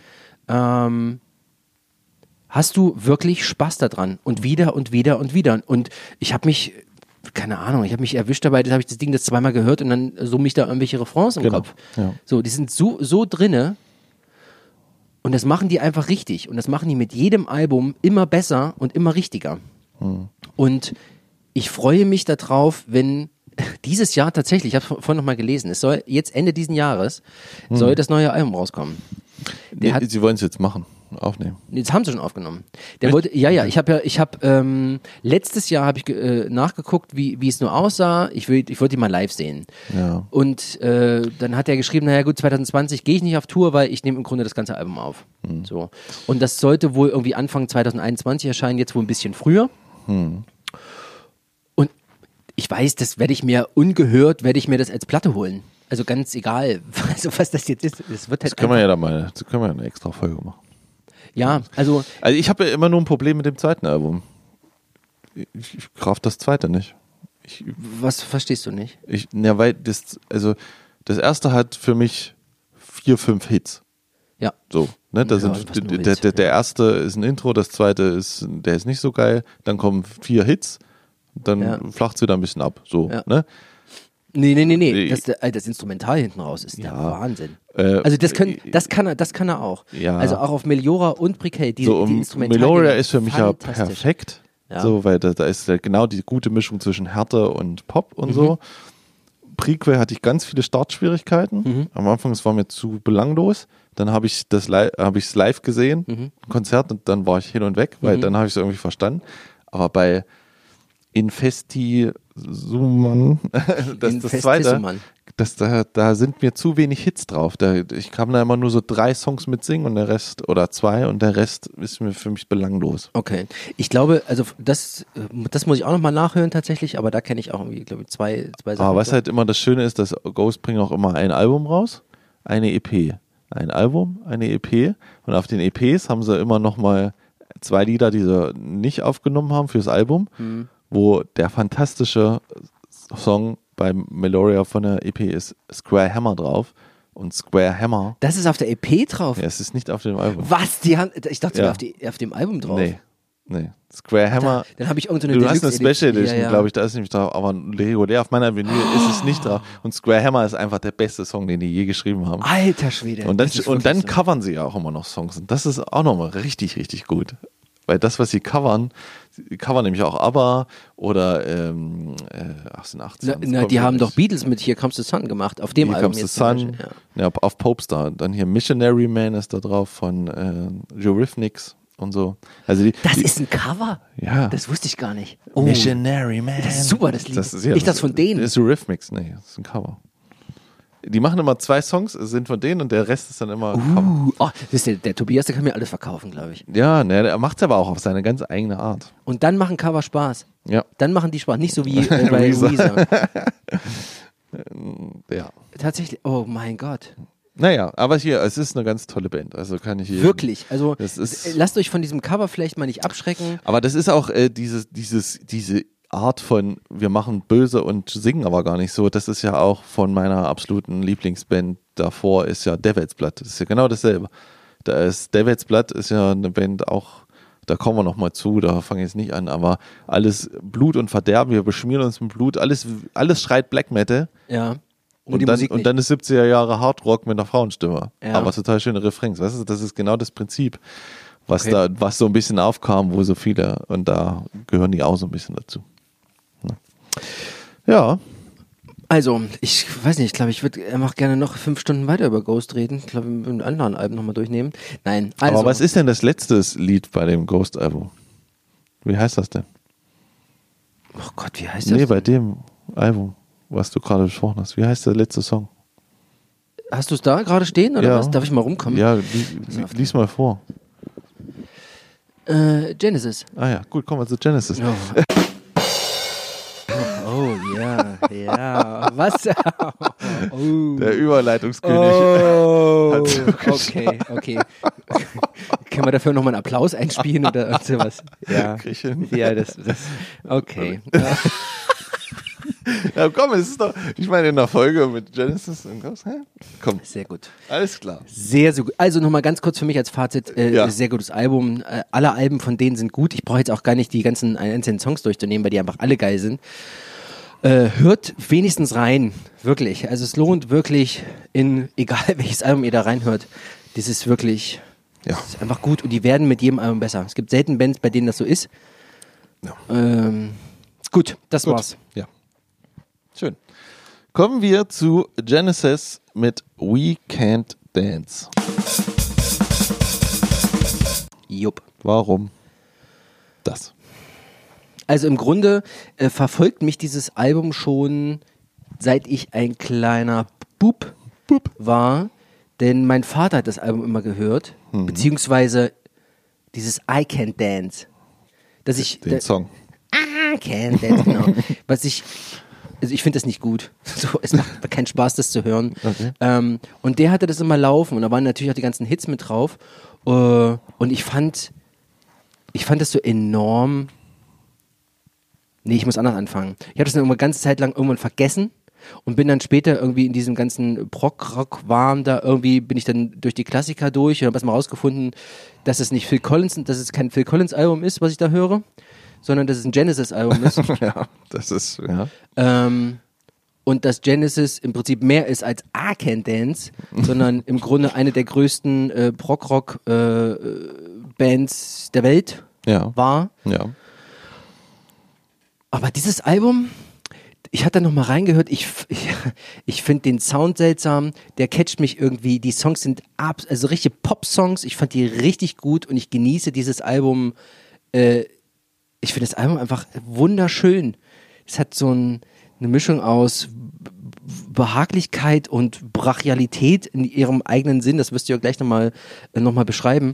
hast du wirklich Spaß daran und wieder und wieder und wieder. Und ich habe mich, keine Ahnung, erwischt dabei, habe ich das Ding das zweimal gehört und dann summe ich da irgendwelche Refrains im Kopf. Ja. So, die sind so drinne und das machen die einfach richtig. Und das machen die mit jedem Album immer besser und immer richtiger. Und ich freue mich darauf, wenn dieses Jahr tatsächlich, ich habe es vorhin noch mal gelesen, es soll jetzt Ende diesen Jahres, soll das neue Album rauskommen. Sie wollen es jetzt machen, aufnehmen. Jetzt haben sie schon aufgenommen. Der wollte, letztes Jahr habe ich nachgeguckt, wie es nur aussah. Ich wollte ihn mal live sehen. Ja. Und dann hat er geschrieben, naja gut, 2020 gehe ich nicht auf Tour, weil ich nehme im Grunde das ganze Album auf. So. Und das sollte wohl irgendwie Anfang 2021 erscheinen, jetzt wohl ein bisschen früher. Und ich weiß, das werde ich mir das als Platte holen. Also ganz egal, also was das jetzt ist. Das wird halt Können wir ja eine extra Folge machen. Ja, also ich habe ja immer nur ein Problem mit dem zweiten Album. Ich kraft das zweite nicht. was verstehst du nicht? Weil das erste hat für mich 4, 5 Hits. Ja. So, ne? Der erste ist ein Intro, das zweite ist nicht so geil, dann kommen 4 Hits, dann flacht es wieder ein bisschen ab. So, ne? Nee. Das Instrumental hinten raus ist der Wahnsinn. Also das kann er auch. Ja. Also auch auf Meliora und Brickell, die Instrumental. Meloria ist für mich ja fantastisch. perfekt. Ja. So, weil da ist ja genau die gute Mischung zwischen Härte und Pop und so. Prequel hatte ich ganz viele Startschwierigkeiten. Am Anfang, es war mir zu belanglos. Dann habe ich es live gesehen, ein Konzert, und dann war ich hin und weg, weil dann habe ich es irgendwie verstanden. Aber bei Infesti Suman, das zweite, da sind mir zu wenig Hits drauf. Ich kann da immer nur so 3 Songs mitsingen und der Rest, oder 2, und der Rest ist mir für mich belanglos. Okay. Ich glaube, also das muss ich auch nochmal nachhören tatsächlich, aber da kenne ich auch irgendwie, glaube ich, zwei Sachen. Aber was halt immer das Schöne ist, dass Ghost bringt auch immer ein Album raus, eine EP. Ein Album, eine EP, und auf den EPs haben sie immer nochmal 2 Lieder, die sie nicht aufgenommen haben fürs Album, wo der fantastische Song bei Meloria von der EP ist Square Hammer drauf. Und Square Hammer. Das ist auf der EP drauf? Ja, es ist nicht auf dem Album. Was? Ich dachte, Ja. auf dem Album drauf. Nee. Nee. Square Hammer. Dann habe ich irgendeine Du hast eine Special Edition, ja. glaube ich, da ist nämlich drauf, aber regulär auf meiner Vinyl ist es nicht drauf. Und Square Hammer ist einfach der beste Song, den die je geschrieben haben. Alter Schwede. Und das ist wirklich dann so. covern sie ja auch immer noch Songs. Und das ist auch nochmal richtig, richtig gut. Weil das, was sie covern nämlich auch ABBA oder 1818. Na, die haben doch Beatles mit Here Comes the Sun gemacht, auf dem Here Album Comes the jetzt zum Sun, Beispiel, ja, auf Popestar. Dann hier Missionary Man ist da drauf von Eurythmics und so. Also Das ist ein Cover? Ja. Das wusste ich gar nicht. Oh, Missionary Man. das ist super, das Lied. Das ist, ja, Nicht das von denen. Das ist Eurythmics, nee, das ist ein Cover. Die machen immer 2 Songs, sind von denen und der Rest ist dann immer Cover. Oh, das ist der Tobias, der kann mir alles verkaufen, glaube ich. Ja, ne, der macht es aber auch auf seine ganz eigene Art. Und dann machen Cover Spaß. Ja. Dann machen die Spaß, nicht so wie bei Weezer. Ja. Tatsächlich, oh mein Gott. Naja, aber hier, es ist eine ganz tolle Band. Also kann ich hier. Wirklich, also Das ist- lasst euch von diesem Cover vielleicht mal nicht abschrecken. Aber das ist auch diese Art von, wir machen böse und singen aber gar nicht so. Das ist ja auch von meiner absoluten Lieblingsband davor, ist ja Devil's Blood. Das ist ja genau dasselbe. Devil's Blood ist ja eine Band auch, da kommen wir nochmal zu, da fange ich jetzt nicht an, aber alles Blut und Verderben, wir beschmieren uns mit Blut, alles schreit Black Metal. Ja. Und dann ist 70er Jahre Hardrock mit einer Frauenstimme. Ja. Aber total schöne Refrains. Weißt du, das ist genau das Prinzip, was Okay. was so ein bisschen aufkam, wo so viele, und da gehören die auch so ein bisschen dazu. Ja. Also, ich weiß nicht, ich glaube, ich würde einfach gerne noch 5 Stunden weiter über Ghost reden. Ich glaube, wir müssen mit anderen Alben nochmal durchnehmen. Nein, also. Aber was ist denn das letzte Lied bei dem Ghost-Album? Wie heißt das denn? Oh Gott, wie heißt das? Nee, bei dem Album, was du gerade besprochen hast. Wie heißt der letzte Song? Hast du es da gerade stehen oder Ja. was? Darf ich mal rumkommen? Ja, lies mal vor. Genesis. Ah ja, gut, kommen wir zu Genesis. Oh, ja. Was? Oh. Der Überleitungskönig. Oh, Hat zugeschlagen. okay. Können wir dafür nochmal einen Applaus einspielen oder sowas? Ja. Krieg ich hin. Ja, das okay. Ja, komm, es ist doch, ich meine, in der Folge mit Genesis und Ghost, komm, Sehr gut. alles klar. Sehr, sehr gut. Also nochmal ganz kurz für mich als Fazit, Ja. sehr gutes Album. Alle Alben von denen sind gut. Ich brauche jetzt auch gar nicht die ganzen einzelnen Songs durchzunehmen, weil die einfach alle geil sind. Hört wenigstens rein, wirklich. Also es lohnt wirklich, egal welches Album ihr da reinhört, das ist wirklich, Ja. das ist einfach gut und die werden mit jedem Album besser. Es gibt selten Bands, bei denen das so ist. Ja. Gut, das Gut. war's. Ja. Schön. Kommen wir zu Genesis mit We Can't Dance. Jupp. Warum das? Also im Grunde verfolgt mich dieses Album schon, seit ich ein kleiner Bub war, denn mein Vater hat das Album immer gehört, beziehungsweise dieses I Can't Dance. Dass ich Den Song. I Can't Dance, genau. Also ich finde das nicht gut. So, es macht keinen Spaß, das zu hören. Okay. Und der hatte das immer laufen und da waren natürlich auch die ganzen Hits mit drauf. Und ich fand das so enorm. Nee, ich muss anders anfangen. Ich habe das dann eine ganze Zeit lang irgendwann vergessen und bin dann später irgendwie in diesem ganzen Prog-Rock-Warm da irgendwie, bin ich dann durch die Klassiker durch und habe erstmal rausgefunden, dass es kein Phil Collins-Album ist, was ich da höre, sondern dass es ein Genesis-Album ist. Ja, das ist, ja. Und dass Genesis im Prinzip mehr ist als I Can't Dance, sondern im Grunde eine der größten Prog-Rock-Bands der Welt Ja. war. Ja. Aber dieses Album, ich hatte da nochmal reingehört, ich finde den Sound seltsam, der catcht mich irgendwie, die Songs sind also richtige Pop-Songs, ich fand die richtig gut und ich genieße dieses Album, ich finde das Album einfach wunderschön. Es hat so eine Mischung aus Behaglichkeit und Brachialität in ihrem eigenen Sinn, das wirst du ja gleich nochmal beschreiben.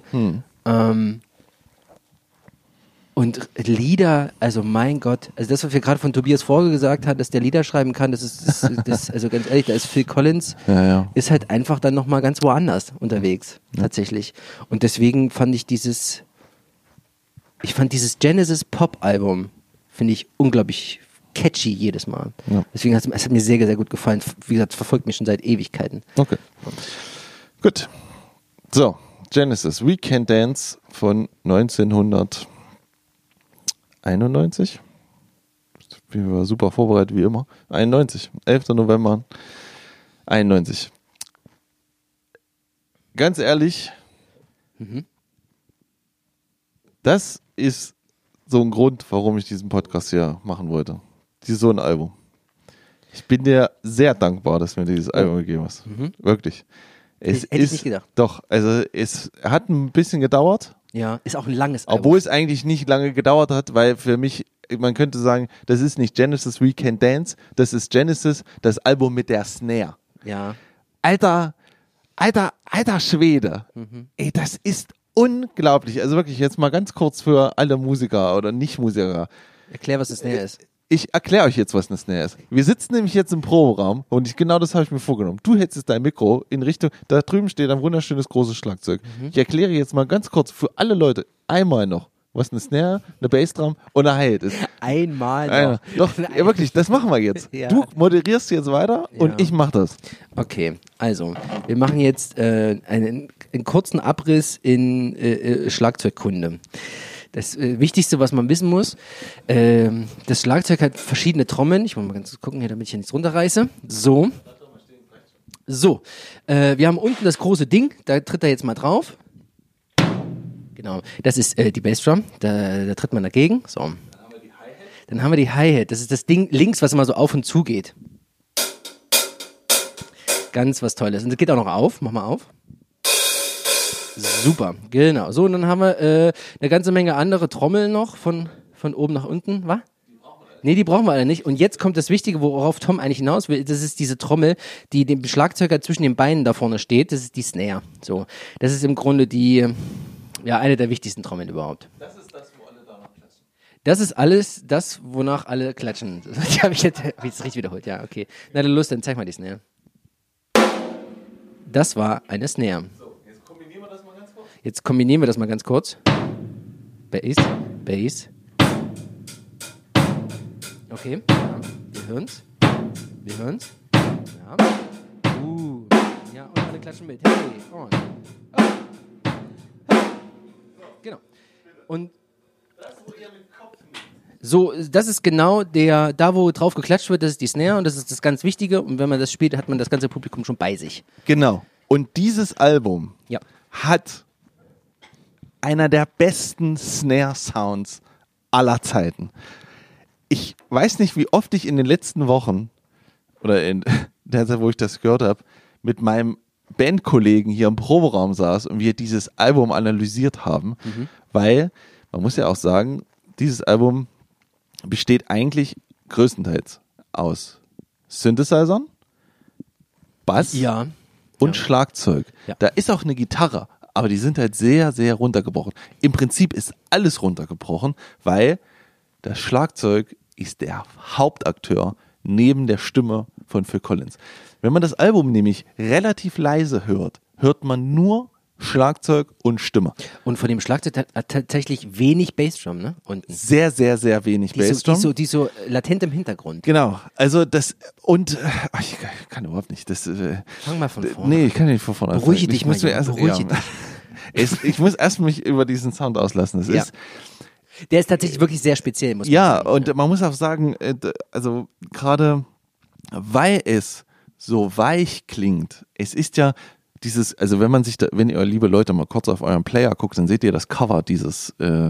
Und Lieder, also mein Gott, also das, was wir gerade von Tobias Vorge gesagt haben, dass der Lieder schreiben kann, das also ganz ehrlich, da ist Phil Collins, ist halt einfach dann nochmal ganz woanders unterwegs, tatsächlich. Und deswegen fand ich dieses Genesis Pop-Album, finde ich unglaublich catchy jedes Mal. Ja. Deswegen es hat mir sehr, sehr gut gefallen. Wie gesagt, verfolgt mich schon seit Ewigkeiten. Okay. Gut. So, Genesis, We Can't Dance von 1900. 91. Ich war super vorbereitet, wie immer. 91. 11. November 91. Ganz ehrlich, das ist so ein Grund, warum ich diesen Podcast hier machen wollte. So ein Album. Ich bin dir sehr dankbar, dass du mir dieses Album gegeben hast. Wirklich. Hätte ich nicht gedacht. Doch, also es hat ein bisschen gedauert. Ja, ist auch ein langes Album. Obwohl es eigentlich nicht lange gedauert hat, weil für mich, man könnte sagen, das ist nicht Genesis We Can Dance, das ist Genesis, das Album mit der Snare. Ja. Alter Schwede. Ey, das ist unglaublich. Also wirklich jetzt mal ganz kurz für alle Musiker oder Nicht-Musiker. Erklär, was das Snare ist. Ich erkläre euch jetzt, was eine Snare ist. Wir sitzen nämlich jetzt im Proberaum und genau das habe ich mir vorgenommen. Du hältst dein Mikro in Richtung, da drüben steht ein wunderschönes großes Schlagzeug. Ich erkläre jetzt mal ganz kurz für alle Leute einmal noch, was eine Snare, eine Bassdrum und eine Hi-Hat ist. Einmal noch. Doch, ja, wirklich, das machen wir jetzt. Ja. Du moderierst jetzt weiter und ich mache das. Okay, also, wir machen jetzt einen kurzen Abriss in Schlagzeugkunde. Das Wichtigste, was man wissen muss, das Schlagzeug hat verschiedene Trommeln. Ich muss mal ganz kurz gucken, hier, damit ich hier nichts runterreiße. So, wir haben unten das große Ding, da tritt er jetzt mal drauf. Genau, das ist die Bassdrum, da tritt man dagegen. So. Dann haben wir die Hi-Hat, das ist das Ding links, was immer so auf und zu geht. Ganz was Tolles. Und das geht auch noch auf, mach mal auf. Super, genau. So, und dann haben wir eine ganze Menge andere Trommeln noch von oben nach unten. Was? Nee, die brauchen wir alle nicht. Und jetzt kommt das Wichtige, worauf Tom eigentlich hinaus will. Das ist diese Trommel, die dem Schlagzeuger zwischen den Beinen da vorne steht. Das ist die Snare. So, das ist im Grunde eine der wichtigsten Trommeln überhaupt. Das ist das, wo alle danach klatschen. Das ist alles das, wonach alle klatschen. Die habe ich jetzt richtig wiederholt. Ja, okay. Na, dann los, dann zeig mal die Snare. Das war eine Snare. Jetzt kombinieren wir das mal ganz kurz. Bass. Okay, ja, wir hören's. Ja. Ja, und alle klatschen mit. Hey, on. Genau. Und so, das ist genau da wo drauf geklatscht wird, das ist die Snare und das ist das ganz Wichtige. Und wenn man das spielt, hat man das ganze Publikum schon bei sich. Genau. Und dieses Album hat einer der besten Snare-Sounds aller Zeiten. Ich weiß nicht, wie oft ich in den letzten Wochen oder in der Zeit, wo ich das gehört habe, mit meinem Bandkollegen hier im Proberaum saß und wir dieses Album analysiert haben, weil, man muss ja auch sagen, dieses Album besteht eigentlich größtenteils aus Synthesizern, Bass und Schlagzeug. Ja. Da ist auch eine Gitarre, aber die sind halt sehr, sehr runtergebrochen. Im Prinzip ist alles runtergebrochen, weil das Schlagzeug ist der Hauptakteur neben der Stimme von Phil Collins. Wenn man das Album nämlich relativ leise hört, hört man nur Schlagzeug und Stimme. Und von dem Schlagzeug hat tatsächlich wenig Bassdrum, ne? Unten. Sehr, sehr, sehr wenig Bassdrum. Die ist so latent im Hintergrund. Genau. Also das, und ich kann überhaupt nicht. Fang mal von vorne. Nee, ich kann nicht von vorne. Beruhige dich mal. Beruhige dich. Ich muss erst mich über diesen Sound auslassen. Der ist tatsächlich wirklich sehr speziell, muss man sagen. Ja, und man muss auch sagen, also gerade weil es so weich klingt, es ist ja also wenn ihr, liebe Leute, mal kurz auf euren Player guckt, dann seht ihr das Cover das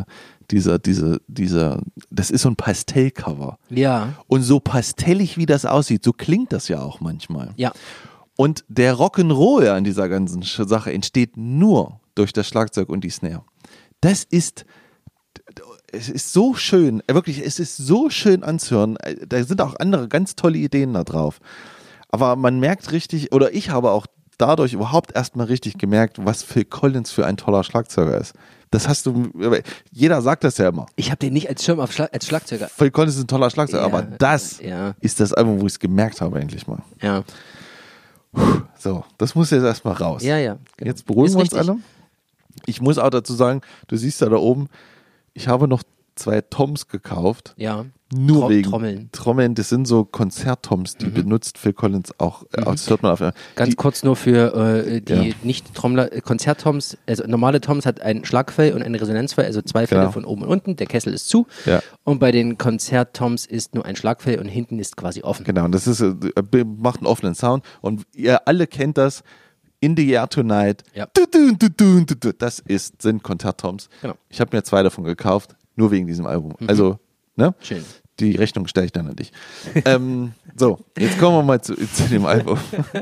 ist so ein Pastellcover. Ja. Und so pastellig wie das aussieht, so klingt das ja auch manchmal. Ja. Und der Rock'n'Roll an dieser ganzen Sache entsteht nur durch das Schlagzeug und die Snare. Es ist so schön, wirklich, es ist so schön anzuhören. Da sind auch andere ganz tolle Ideen da drauf. Aber man merkt richtig, oder ich habe auch dadurch überhaupt erstmal richtig gemerkt, was Phil Collins für ein toller Schlagzeuger ist. Das hast du, jeder sagt das ja immer. Ich habe den nicht als Schirm als Schlagzeuger. Phil Collins ist ein toller Schlagzeuger, aber das ist das Album, wo ich es gemerkt habe, endlich mal. Ja. So, das muss jetzt erstmal raus. Ja, ja. Genau. Jetzt beruhigen wir uns alle. Ich muss auch dazu sagen, du siehst ja da oben, ich habe noch 2 Toms gekauft. Ja. nur wegen Trommeln. Trommeln, das sind so Konzerttoms, die benutzt Phil Collins auch. Das hört man auf. Ganz kurz nur für die Nicht-Trommler, Konzerttoms, also normale Toms hat ein Schlagfell und eine Resonanzfell, also zwei Fälle von oben und unten, der Kessel ist zu und bei den Konzerttoms ist nur ein Schlagfell und hinten ist quasi offen. Genau, und das ist, macht einen offenen Sound und ihr alle kennt das, In the Air Tonight, das sind Konzerttoms. Genau. Ich habe mir 2 davon gekauft, nur wegen diesem Album. Also, ne? Schön. Die Rechnung stelle ich dann an dich. So, jetzt kommen wir mal zu dem Album.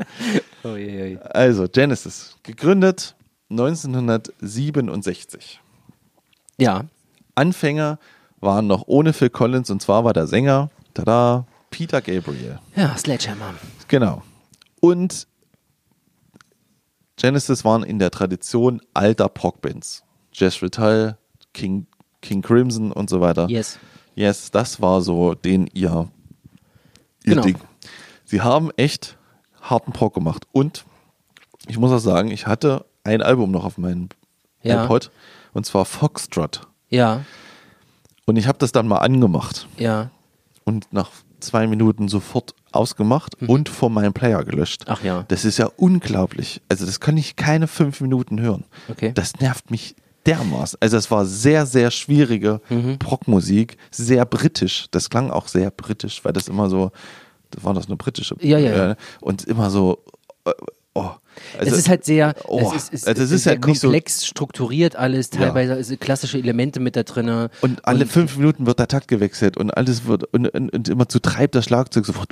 Also, Genesis, gegründet 1967. Ja. Anfänger waren noch ohne Phil Collins und zwar war der Sänger, Peter Gabriel. Ja, Sledgehammer. Genau. Und Genesis waren in der Tradition alter Prog-Bands. Jethro Tull, King Crimson und so weiter. Yes, das war so ihr Ding. Sie haben echt harten Prog gemacht. Und ich muss auch sagen, ich hatte ein Album noch auf meinem iPod und zwar Foxtrot. Ja. Und ich habe das dann mal angemacht. Ja. Und nach 2 Minuten sofort ausgemacht und von meinem Player gelöscht. Ach ja. Das ist ja unglaublich. Also das kann ich keine 5 Minuten hören. Okay. Das nervt mich dermaßen. Also es war sehr, sehr schwierige Prog-Musik, sehr britisch. Das klang auch sehr britisch, weil das immer so, war das eine britische? Ja. Und immer so, Also, es ist halt sehr, es ist sehr halt nicht komplex strukturiert alles, teilweise klassische Elemente mit da drin. Und alle 5 Minuten wird der Takt gewechselt und alles wird, und immer zu treibt das Schlagzeug sofort.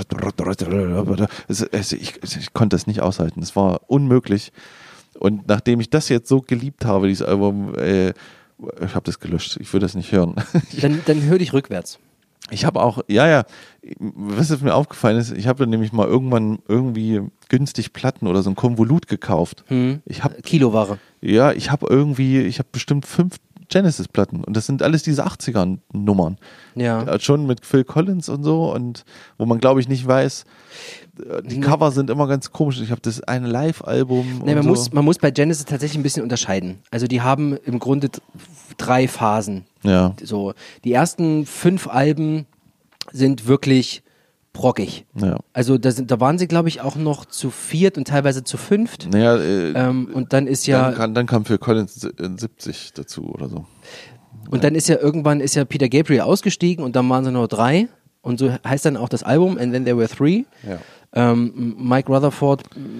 Ich konnte das nicht aushalten. Das war unmöglich. Und nachdem ich das jetzt so geliebt habe, dieses Album, ich habe das gelöscht. Ich würde das nicht hören. Dann hör dich rückwärts. Ich habe auch, was mir aufgefallen ist, ich habe nämlich mal irgendwann irgendwie günstig Platten oder so ein Konvolut gekauft. Kiloware. Ja, ich habe bestimmt 5 Genesis-Platten und das sind alles diese 80er-Nummern. Ja. Schon mit Phil Collins und so und wo man, glaube ich, nicht weiß, die Cover sind immer ganz komisch. Ich habe das eine Live-Album. Nee, man muss bei Genesis tatsächlich ein bisschen unterscheiden. Also die haben im Grunde 3 Phasen. Ja. So, die ersten 5 Alben sind wirklich proggig. Ja. Also da waren sie, glaube ich, auch noch zu 4 und teilweise zu 5. Naja, und dann ist dann kam Phil Collins 70 dazu oder so. Und dann ist irgendwann Peter Gabriel ausgestiegen und dann waren sie nur 3. Und so heißt dann auch das Album, And Then There Were 3. Ja. Mike Rutherford,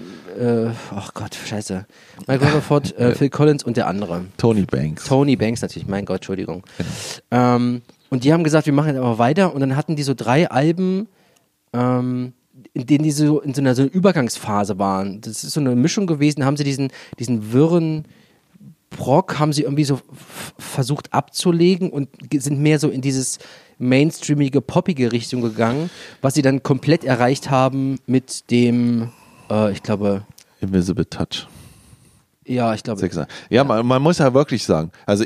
Mike Rutherford, Phil Collins und der andere. Tony Banks natürlich, mein Gott, Entschuldigung. Genau. Und die haben gesagt, wir machen jetzt aber weiter und dann hatten die so 3 Alben, in denen die so in so einer Übergangsphase waren. Das ist so eine Mischung gewesen, haben sie diesen wirren Prog haben sie irgendwie so versucht abzulegen und sind mehr so in dieses mainstreamige, poppige Richtung gegangen, was sie dann komplett erreicht haben mit dem, ich glaube... Invisible Touch. Ja, ich glaube... Ja, man muss ja wirklich sagen, also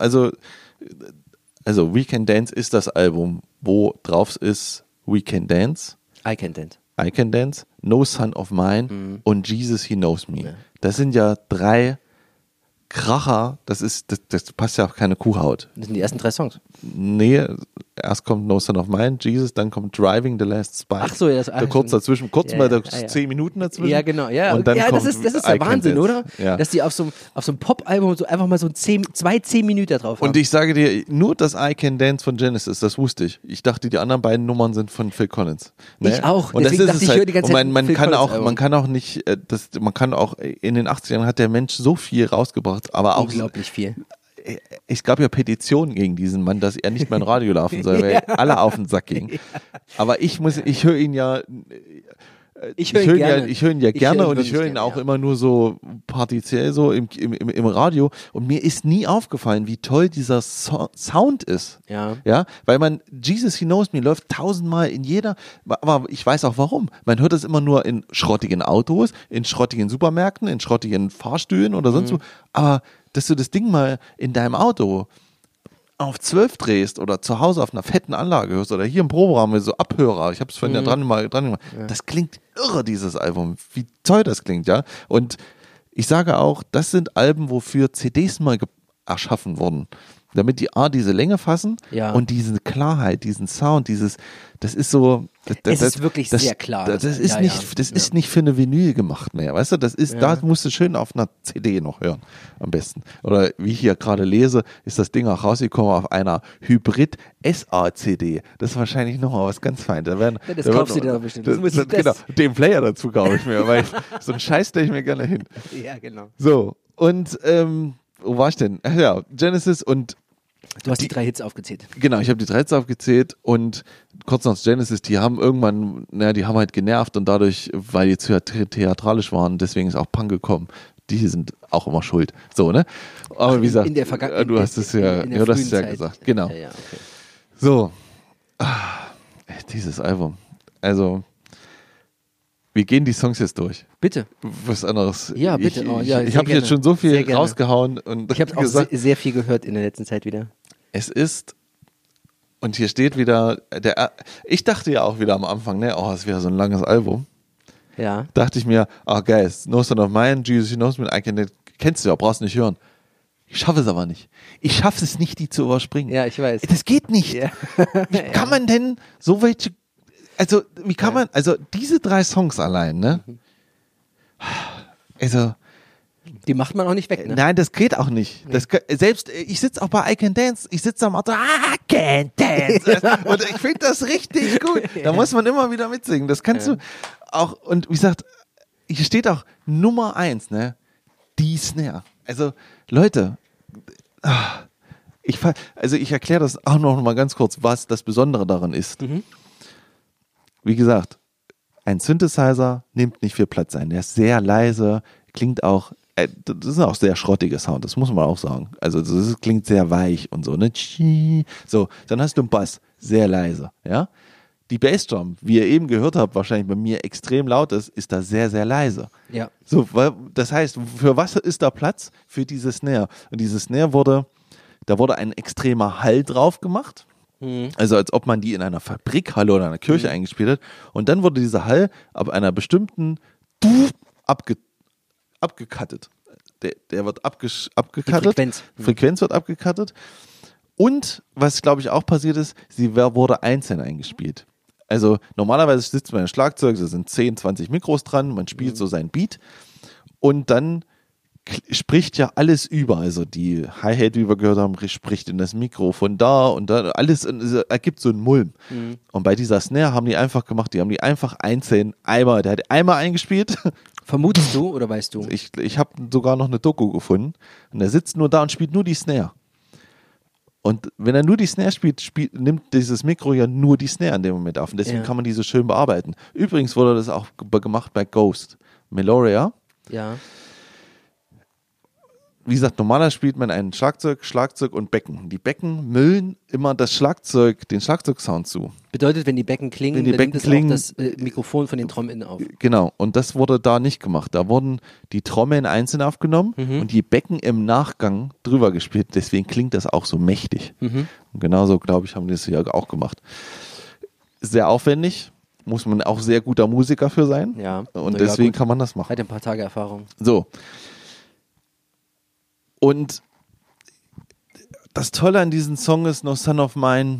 We Can Dance ist das Album, wo drauf ist We Can Dance, I Can Dance, No Son of Mine und Jesus He Knows Me. Ja. Das sind ja 3 Kracher, das passt ja auf keine Kuhhaut. Das sind die ersten 3 Songs. Nee, erst kommt No Son of Mine, Jesus, dann kommt Driving the Last Spike. Ach so, ja, das kurz dazwischen, mal 10 Minuten dazwischen. Ja, genau, ja. Und dann kommt das ist der Wahnsinn, oder? Ja. Dass die auf so einem Pop-Album so einfach mal so 2 10 Minuten drauf haben. Und ich sage dir, nur das I Can Dance von Genesis, das wusste ich. Ich dachte, die anderen beiden Nummern sind von Phil Collins. Ne? Ich auch. Und deswegen das ist dachte ich, höre die ganze Zeit man kann auch in den 80ern hat der Mensch so viel rausgebracht, aber auch unglaublich viel. Es gab ja Petitionen gegen diesen Mann, dass er nicht mehr im Radio laufen soll, weil alle auf den Sack gingen. Aber ich höre ihn ja. Ich höre ihn ja gerne und ich höre ihn auch immer nur so partiell so im Radio und mir ist nie aufgefallen, wie toll dieser Sound ist. Ja, weil Jesus He Knows Me läuft 1000-mal in jeder, aber ich weiß auch warum. Man hört es immer nur in schrottigen Autos, in schrottigen Supermärkten, in schrottigen Fahrstühlen oder sonst wo, aber dass du das Ding mal in deinem Auto auf 12 drehst oder zu Hause auf einer fetten Anlage hörst oder hier im Proberaum mit so Abhörer, ich habe es vorhin ja dran gemacht. Das klingt irre, dieses Album, wie toll das klingt, ja. Und ich sage auch, das sind Alben, wofür CDs mal erschaffen wurden. damit die diese Länge fassen und diese Klarheit, diesen Sound, das ist so. Es ist wirklich sehr klar. Das ist nicht für eine Vinyl gemacht mehr, weißt du? Da musst du schön auf einer CD noch hören, am besten. Oder wie ich hier gerade lese, ist das Ding auch rausgekommen auf einer Hybrid SA-CD. Das ist wahrscheinlich nochmal was ganz Feines. Das kaufst du dir doch bestimmt. Genau, den Player dazu kaufe ich mir, weil so einen Scheiß stelle ich mir gerne hin. Ja, genau. So, und wo war ich denn? Ach ja, Genesis und du hast die 3 Hits aufgezählt. Genau, ich habe die 3 Hits aufgezählt und kurz nach Genesis, die haben irgendwann, die haben halt genervt und dadurch, weil die zu theatralisch waren, deswegen ist auch Punk gekommen. Die sind auch immer schuld. So, ne? Aber wie gesagt, du hast es ja gesagt. Genau. Ja, okay. So. Dieses Album. Also, wir gehen die Songs jetzt durch. Bitte. Was anderes. Ja, bitte. Ich habe jetzt schon so viel rausgehauen. Und ich habe auch sehr viel gehört in der letzten Zeit wieder. Es ist, und hier steht wieder, ich dachte ja auch wieder am Anfang, es wäre so ein langes Album. Ja. Dachte ich mir, geil, No Son of Mine, Jesus Knows Me, kennst du ja, brauchst nicht hören. Ich schaffe es aber nicht. Ich schaffe es nicht, die zu überspringen. Ja, ich weiß. Das geht nicht. Ja. Wie kann man denn so welche, also wie kann man, also diese 3 Songs allein, ne? Also die macht man auch nicht weg, ne? Nein, das geht auch nicht. Selbst, ich sitze auch bei I Can Dance, ich sitze am Auto, I Can Dance. Und ich finde das richtig gut. Da muss man immer wieder mitsingen. Das kannst du auch, und wie gesagt, hier steht auch Nummer 1, ne? Die Snare. Also, Leute, ich erkläre das auch noch mal ganz kurz, was das Besondere daran ist. Wie gesagt, ein Synthesizer nimmt nicht viel Platz ein. Der ist sehr leise, klingt auch, das ist auch sehr schrottiger Sound, das muss man auch sagen. Also das klingt sehr weich und so, ne? So, dann hast du einen Bass, sehr leise, ja? Die Bassdrum, wie ihr eben gehört habt, wahrscheinlich bei mir extrem laut ist da sehr, sehr leise. Ja. So, das heißt, für was ist da Platz? Für diese Snare. Und diese Snare wurde ein extremer Hall drauf gemacht. Also als ob man die in einer Fabrikhalle oder einer Kirche eingespielt hat. Und dann wurde dieser Hall ab einer bestimmten abgecuttet. Der wird abgecuttet. Frequenz wird abgecuttet. Und was, glaube ich, auch passiert ist, sie wurde einzeln eingespielt. Also normalerweise sitzt man im Schlagzeug, da sind 10, 20 Mikros dran, man spielt so sein Beat und dann spricht ja alles über. Also die Hi-Hat, wie wir gehört haben, spricht in das Mikro von da und da. Alles ergibt so einen Mulm. Und bei dieser Snare haben die einfach gemacht, die haben die einfach einzeln der hat einmal eingespielt. Vermutest du oder weißt du? Ich habe sogar noch eine Doku gefunden und er sitzt nur da und spielt nur die Snare. Und wenn er nur die Snare spielt, nimmt dieses Mikro ja nur die Snare in dem Moment auf. Und deswegen kann man die so schön bearbeiten. Übrigens wurde das auch gemacht bei Ghost. Meloria. Ja. Wie gesagt, normalerweise spielt man ein Schlagzeug und Becken. Die Becken müllen immer den Schlagzeugsound zu. Bedeutet, wenn die Becken klingen, dann nimmt es auch das Mikrofon von den Trommeln auf. Genau, und das wurde da nicht gemacht. Da wurden die Trommeln einzeln aufgenommen und die Becken im Nachgang drüber gespielt. Deswegen klingt das auch so mächtig. Und genauso, glaube ich, haben die das hier auch gemacht. Sehr aufwendig, muss man auch sehr guter Musiker für sein. Ja. Und deswegen kann man das machen. Hat ein paar Tage Erfahrung. So. Und das Tolle an diesem Song ist No Son of Mine,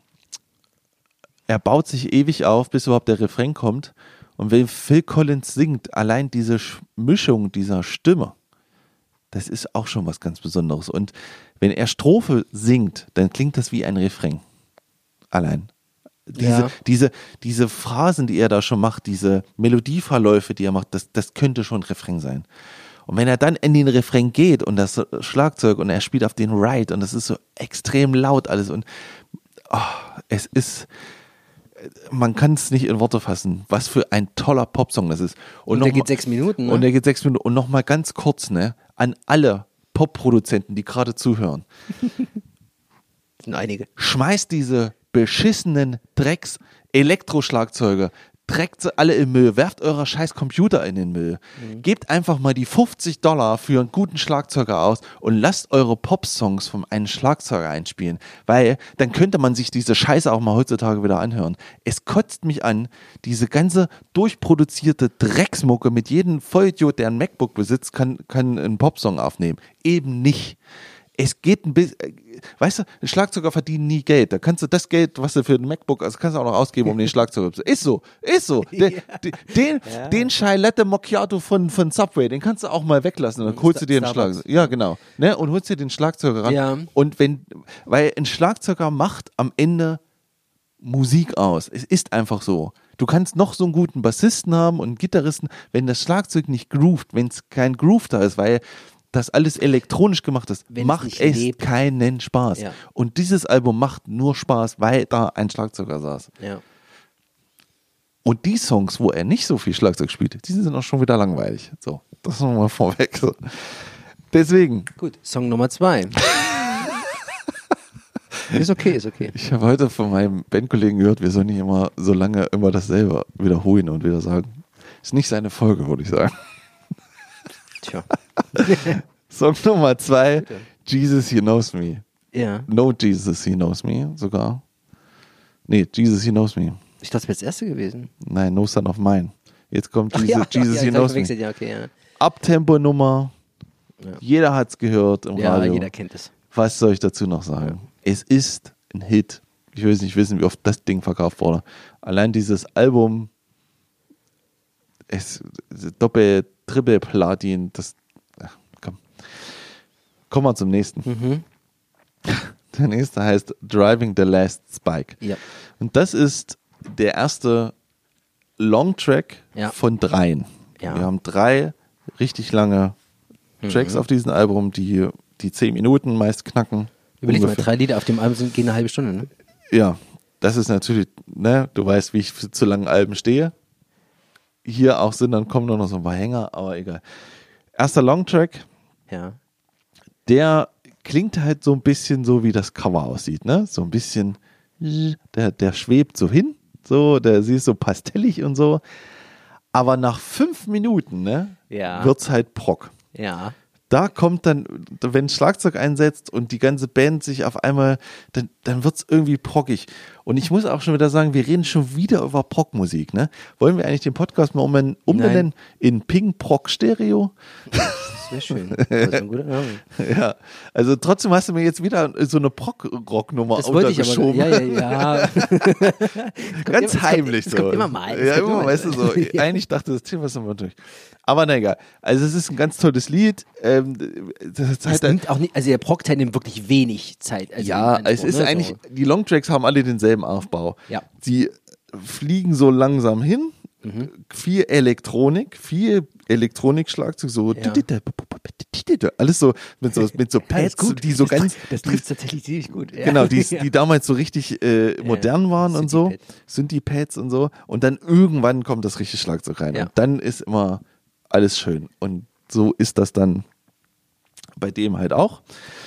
er baut sich ewig auf, bis überhaupt der Refrain kommt. Und wenn Phil Collins singt, allein diese Mischung dieser Stimme, das ist auch schon was ganz Besonderes. Und wenn er Strophe singt, dann klingt das wie ein Refrain. Allein. Diese Phrasen, die er da schon macht, diese Melodieverläufe, die er macht, das könnte schon ein Refrain sein. Und wenn er dann in den Refrain geht und das Schlagzeug und er spielt auf den Ride und das ist so extrem laut alles und es ist, man kann es nicht in Worte fassen, was für ein toller Popsong das ist. Und der geht 6 Minuten, ne? Und der geht 6 Minuten. Und nochmal ganz kurz, ne, an alle Popproduzenten, die gerade zuhören. Das sind einige. Schmeißt diese beschissenen Drecks-Elektroschlagzeuge, trägt sie alle im Müll, werft eurer scheiß Computer in den Müll, gebt einfach mal die $50 für einen guten Schlagzeuger aus und lasst eure Pop-Songs von einem Schlagzeuger einspielen, weil dann könnte man sich diese Scheiße auch mal heutzutage wieder anhören. Es kotzt mich an, diese ganze durchproduzierte Drecksmucke mit jedem Vollidiot, der ein MacBook besitzt, kann einen Popsong aufnehmen. Eben nicht. es geht ein bisschen, weißt du, ein Schlagzeuger verdienen nie Geld. Da kannst du das Geld, was du für ein MacBook, also kannst du auch noch ausgeben, um den Schlagzeuger zu. Ist so. Den Chai Latte Macchiato von Subway, den kannst du auch mal weglassen. Und dann holst du dir den Schlagzeuger. Ja, genau. Ne? Und holst dir den Schlagzeuger ran. Ja. Und weil ein Schlagzeuger macht am Ende Musik aus. Es ist einfach so. Du kannst noch so einen guten Bassisten haben und einen Gitarristen, wenn das Schlagzeug nicht groovt, wenn es kein Groove da ist, weil das alles elektronisch gemacht ist, macht es keinen Spaß. Ja. Und dieses Album macht nur Spaß, weil da ein Schlagzeuger saß. Ja. Und die Songs, wo er nicht so viel Schlagzeug spielt, die sind auch schon wieder langweilig. So, das nochmal vorweg. So. Deswegen. Gut, Song Nummer 2. Ist okay. Ich habe heute von meinem Bandkollegen gehört, wir sollen nicht immer so lange immer dasselbe wiederholen und wieder sagen. Ist nicht seine Folge, würde ich sagen. Tja. Song Nummer 2, Jesus, He Knows Me. Ja. No Jesus, He Knows Me sogar. Nee, Jesus, He Knows Me. Ich dachte, das wäre das erste gewesen. Nein, No Son of Mine. Jetzt kommt Jesus, He Knows Me. Ja, okay, ja. Abtempo-Nummer. Ja. Jeder hat es gehört im Radio. Ja, jeder kennt es. Was soll ich dazu noch sagen? Es ist ein Hit. Ich will nicht wissen, wie oft das Ding verkauft wurde. Allein dieses Album, Doppel-, Triple-Platin, das. Ach, komm. Kommen wir zum nächsten. Mhm. Der nächste heißt Driving the Last Spike. Ja. Und das ist der erste Longtrack von 3. Ja. Wir haben 3 richtig lange Tracks auf diesem Album, die 10 Minuten meist knacken. Überleg mal, 3 Lieder auf dem Album gehen eine halbe Stunde, ne? Ja, das ist natürlich, ne, du weißt, wie ich für zu langen Alben stehe. Hier auch sind, dann kommen noch so ein paar Hänger, aber egal. Erster Longtrack. Ja. Der klingt halt so ein bisschen so, wie das Cover aussieht, ne? So ein bisschen, der schwebt so hin, so, der sieht so pastellig und so. Aber nach 5 Minuten, ne, wird's halt Prog. Ja. Da kommt dann, wenn Schlagzeug einsetzt und die ganze Band sich auf einmal, dann wird's irgendwie proggig. Und ich muss auch schon wieder sagen, wir reden schon wieder über Prog-Musik, ne? Wollen wir eigentlich den Podcast mal umbenennen in Ping Prog Stereo? Das wäre schön. Das ist ein guter Name. Ja, also trotzdem hast du mir jetzt wieder so eine Prog-Rock-Nummer untergeschoben. Ja. Ganz heimlich so. Kommt immer mal. Ja, immer, weißt du so. Eigentlich dachte das Thema ist immer durch. Aber na egal. Also es ist ein ganz tolles Lied. Das nimmt auch nicht, also der Prog-Teil nimmt wirklich wenig Zeit. Also ja, es ist eigentlich, so. Die Longtracks haben alle denselben Aufbau. Ja. Sie fliegen so langsam hin. Viel Elektronik-Schlagzeug, so alles so mit so Pads, die so ganz. Das trifft tatsächlich ziemlich gut. Ja. Genau, die damals so richtig modern waren und so. Synthie-Pads und so. Und dann irgendwann kommt das richtige Schlagzeug rein. Ja. Und dann ist immer alles schön. Und so ist das dann bei dem halt auch.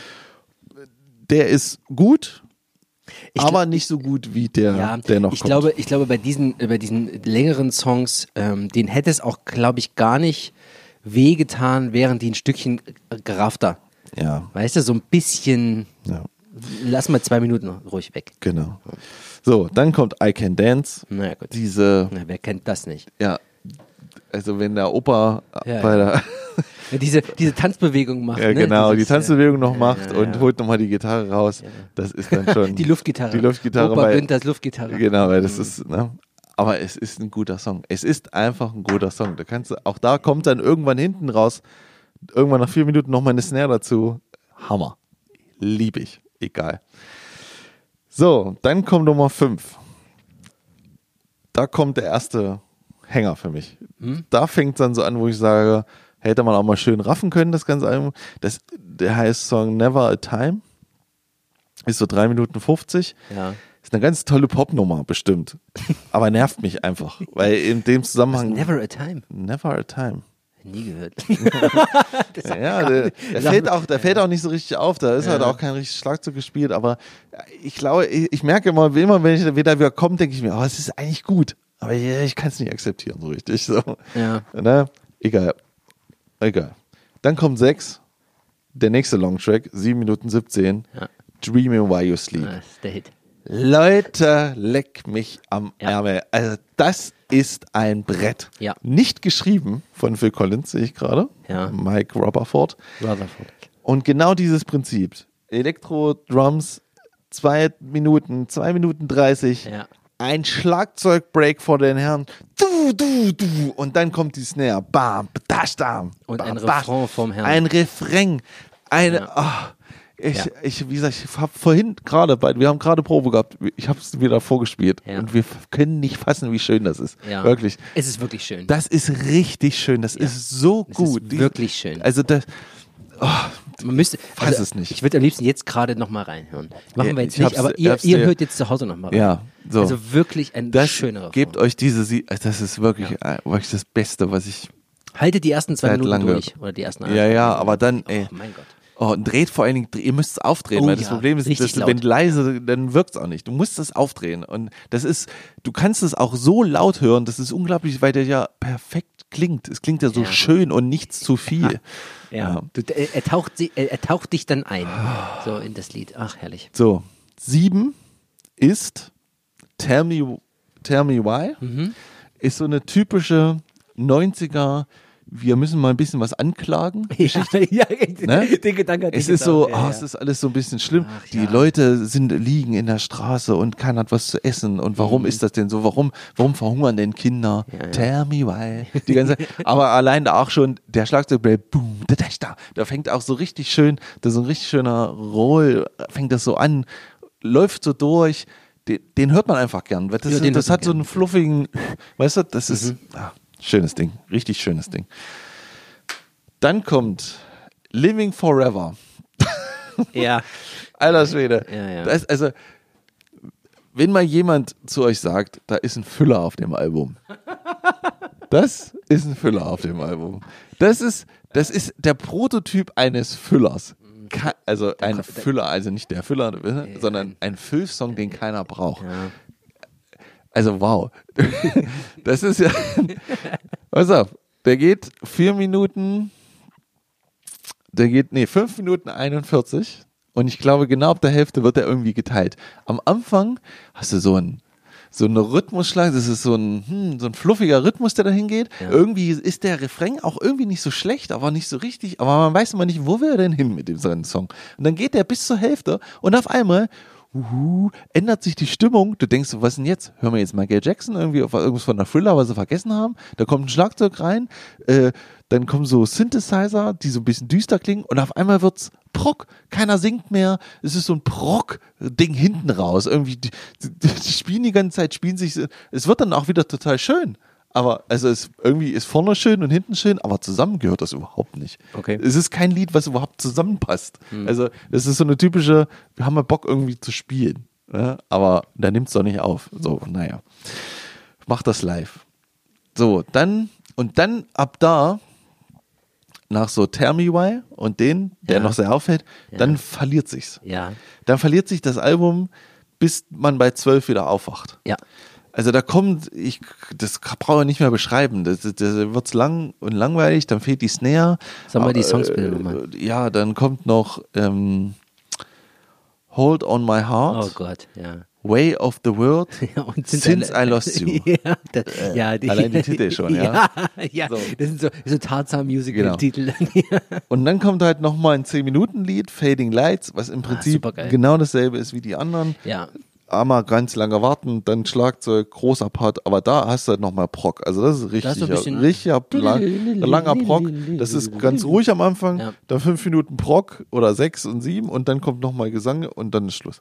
Der ist gut. Aber nicht so gut wie der noch kommt. Ich glaube, bei diesen längeren Songs, denen hätte es auch, glaube ich, gar nicht wehgetan, wären die ein Stückchen geraffter. Ja. Weißt du, so ein bisschen, lass mal 2 Minuten ruhig weg. Genau. So, dann kommt I Can Dance. Na ja, gut. Wer kennt das nicht? Ja. Also wenn der Opa bei der diese Tanzbewegung macht. Ja, genau, die Tanzbewegung noch macht und holt nochmal die Gitarre raus. Ja. Das ist dann schon. Die Luftgitarre. Opa Günthers Luftgitarre. Genau, weil das ist, ne? Aber es ist ein guter Song. Es ist einfach ein guter Song. Auch da kommt dann irgendwann hinten raus, irgendwann nach 4 Minuten nochmal eine Snare dazu. Hammer. Lieb ich. Egal. So, dann kommt Nummer 5. Da kommt der erste Hänger für mich. Da fängt es dann so an, wo ich sage, hätte man auch mal schön raffen können, das ganze Album. Der heißt Song Never a Time. Ist so 3 Minuten 50. Ja. Ist eine ganz tolle Popnummer, bestimmt. Aber nervt mich einfach. Weil in dem Zusammenhang. Never a Time. Never a Time. Nie gehört. Der fällt auch nicht so richtig auf. Da ist halt auch kein richtiges Schlagzeug gespielt. Aber ich glaube, ich merke immer, wenn ich wieder komme, denke ich mir, es ist eigentlich gut. Aber ich kann es nicht akzeptieren so richtig. So. Ja. Ne? Egal. Dann kommt 6. Der nächste Longtrack, 7 Minuten 17. Ja. Dreaming While You Sleep. Das ist der Hit. Leute, leck mich am Ärmel. Also das ist ein Brett. Ja. Nicht geschrieben von Phil Collins, sehe ich gerade. Ja. Mike Rutherford. Und genau dieses Prinzip. Elektro-Drums, 2 Minuten 30. Ja. Ein Schlagzeugbreak vor den Herren. Du. Und dann kommt die Snare. Bam, badash, dam. Und bam, ein bash. Refrain vom Herrn. Ein Refrain. Wie gesagt, ich habe vorhin gerade, wir haben gerade Probe gehabt, ich habe es wieder vorgespielt und wir können nicht fassen, wie schön das ist. Ja. Wirklich. Es ist wirklich schön. Das ist richtig schön, das ist so gut. Es ist wirklich schön. Also das, Man müsste, weiß es nicht. Ich würde am liebsten jetzt gerade nochmal reinhören. Machen wir jetzt Ich nicht, aber ihr hört jetzt zu Hause nochmal rein. Ja, so. Also wirklich ein schöner Gebt euch das ist wirklich, wirklich das Beste, was ich haltet die ersten 2 Minuten lange durch. Oder die ersten aber dann, Oh mein Gott. Und dreht vor allen Dingen, ihr müsst es aufdrehen, weil das Problem ist, dass, wenn leise, dann wirkt es auch nicht. Du musst es aufdrehen. Und du kannst es auch so laut hören, das ist unglaublich, weil der ja perfekt klingt. Es klingt ja so schön und nichts zu viel. Ja. Er taucht dich dann ein, so in das Lied. Ach, herrlich. So, 7 ist Tell Me Why. Ist so eine typische 90er, wir müssen mal ein bisschen was anklagen. Ne? Den Gedanken hatte es ist so, es ist alles so ein bisschen schlimm. Die Leute liegen in der Straße und keiner hat was zu essen. Und warum ist das denn so? Warum verhungern denn Kinder? Tell me why. Die ganze Zeit. Aber allein da auch schon der Schlagzeug, boom, da fängt auch so richtig schön, das ist so ein richtig schöner Roll, fängt das so an, läuft so durch. Den hört man einfach gern. Das hat so einen fluffigen, weißt du, das ist schönes Ding, richtig schönes Ding. Dann kommt Living Forever. Ja. Alter Schwede. Ja. Das ist, also, wenn mal jemand zu euch sagt, da ist ein Füller auf dem Album. Das ist ein Füller auf dem Album. Das ist der Prototyp eines Füllers. Also ein Füller, also nicht der Füller, sondern ein Füllsong, den keiner braucht. Ja. Also wow. Das ist ja, pass auf, der geht 5 Minuten 41 und ich glaube genau ab der Hälfte wird er irgendwie geteilt. Am Anfang hast du so eine Rhythmusschlag, das ist so ein fluffiger Rhythmus, der dahin geht. Ja. Irgendwie ist der Refrain auch irgendwie nicht so schlecht, aber nicht so richtig, aber man weiß immer nicht, wo will er denn hin mit dem seinen Song. Und dann geht der bis zur Hälfte und auf einmal ändert sich die Stimmung. Du denkst, was denn jetzt? Hören wir jetzt Michael Jackson irgendwie auf irgendwas von der Thriller, was sie vergessen haben? Da kommt ein Schlagzeug rein, dann kommen so Synthesizer, die so ein bisschen düster klingen und auf einmal wird's Prog. Keiner singt mehr. Es ist so ein Prog-Ding hinten raus. Irgendwie, die spielen die ganze Zeit, es wird dann auch wieder total schön. Aber also irgendwie ist vorne schön und hinten schön, aber zusammen gehört das überhaupt nicht. Okay. Es ist kein Lied, was überhaupt zusammenpasst. Also das ist so eine typische, wir haben mal Bock irgendwie zu spielen. Ja? Aber da nimmt es doch nicht auf. So, naja. Macht das live. So, dann ab da, nach so Tell Me Why und der noch sehr auffällt, dann verliert sich's. Ja. Dann verliert sich das Album, bis man bei 12 wieder aufwacht. Ja. Also da kommt, das brauche ich nicht mehr beschreiben, das wird's lang und langweilig, dann fehlt die Snare. Sag mal die Songs bitte nochmal. Ja, dann kommt noch Hold on My Heart. Oh Gott, ja. Way of the World, und Since I Lost You. Allein die Titel schon, ja. Ja, so. Das sind so Tarzan-Musical-Titel. Genau. Und dann kommt halt nochmal ein 10-Minuten-Lied, Fading Lights, was im Prinzip genau dasselbe ist wie die anderen. Ja. Einmal ganz lange warten, dann Schlagzeug, großer Part, aber da hast du halt nochmal Prog. Also das ist richtiger langer Prog. Das ist ganz ruhig am Anfang, dann 5 Minuten Prog oder 6 und 7 und dann kommt nochmal Gesang und dann ist Schluss.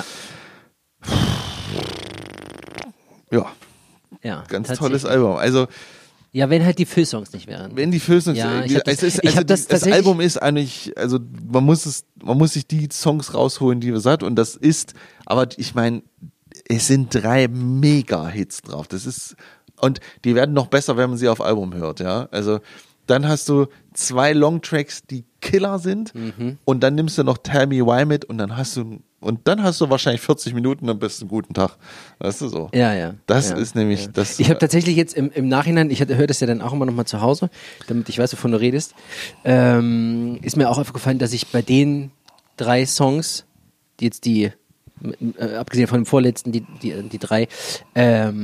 Ja, ganz tolles Album. Also ja, wenn halt die Füllsongs nicht wären. Wenn die Füllsongs, das Album ist eigentlich, also man muss sich die Songs rausholen, die es hat und das ist, aber ich meine, es sind 3 Mega-Hits drauf. Das ist, und die werden noch besser, wenn man sie auf Album hört, ja. Also dann hast du 2 Longtracks, die Killer sind und dann nimmst du noch Tell Me Why mit und dann hast du wahrscheinlich 40 Minuten und bist einen guten Tag. Weißt du so? Ja. Das ist nämlich das. Ich habe tatsächlich jetzt im Nachhinein, ich höre das ja dann auch immer noch mal zu Hause, damit ich weiß, wovon du redest, ist mir auch aufgefallen, dass ich bei den 3 Songs, abgesehen von dem vorletzten, die 3,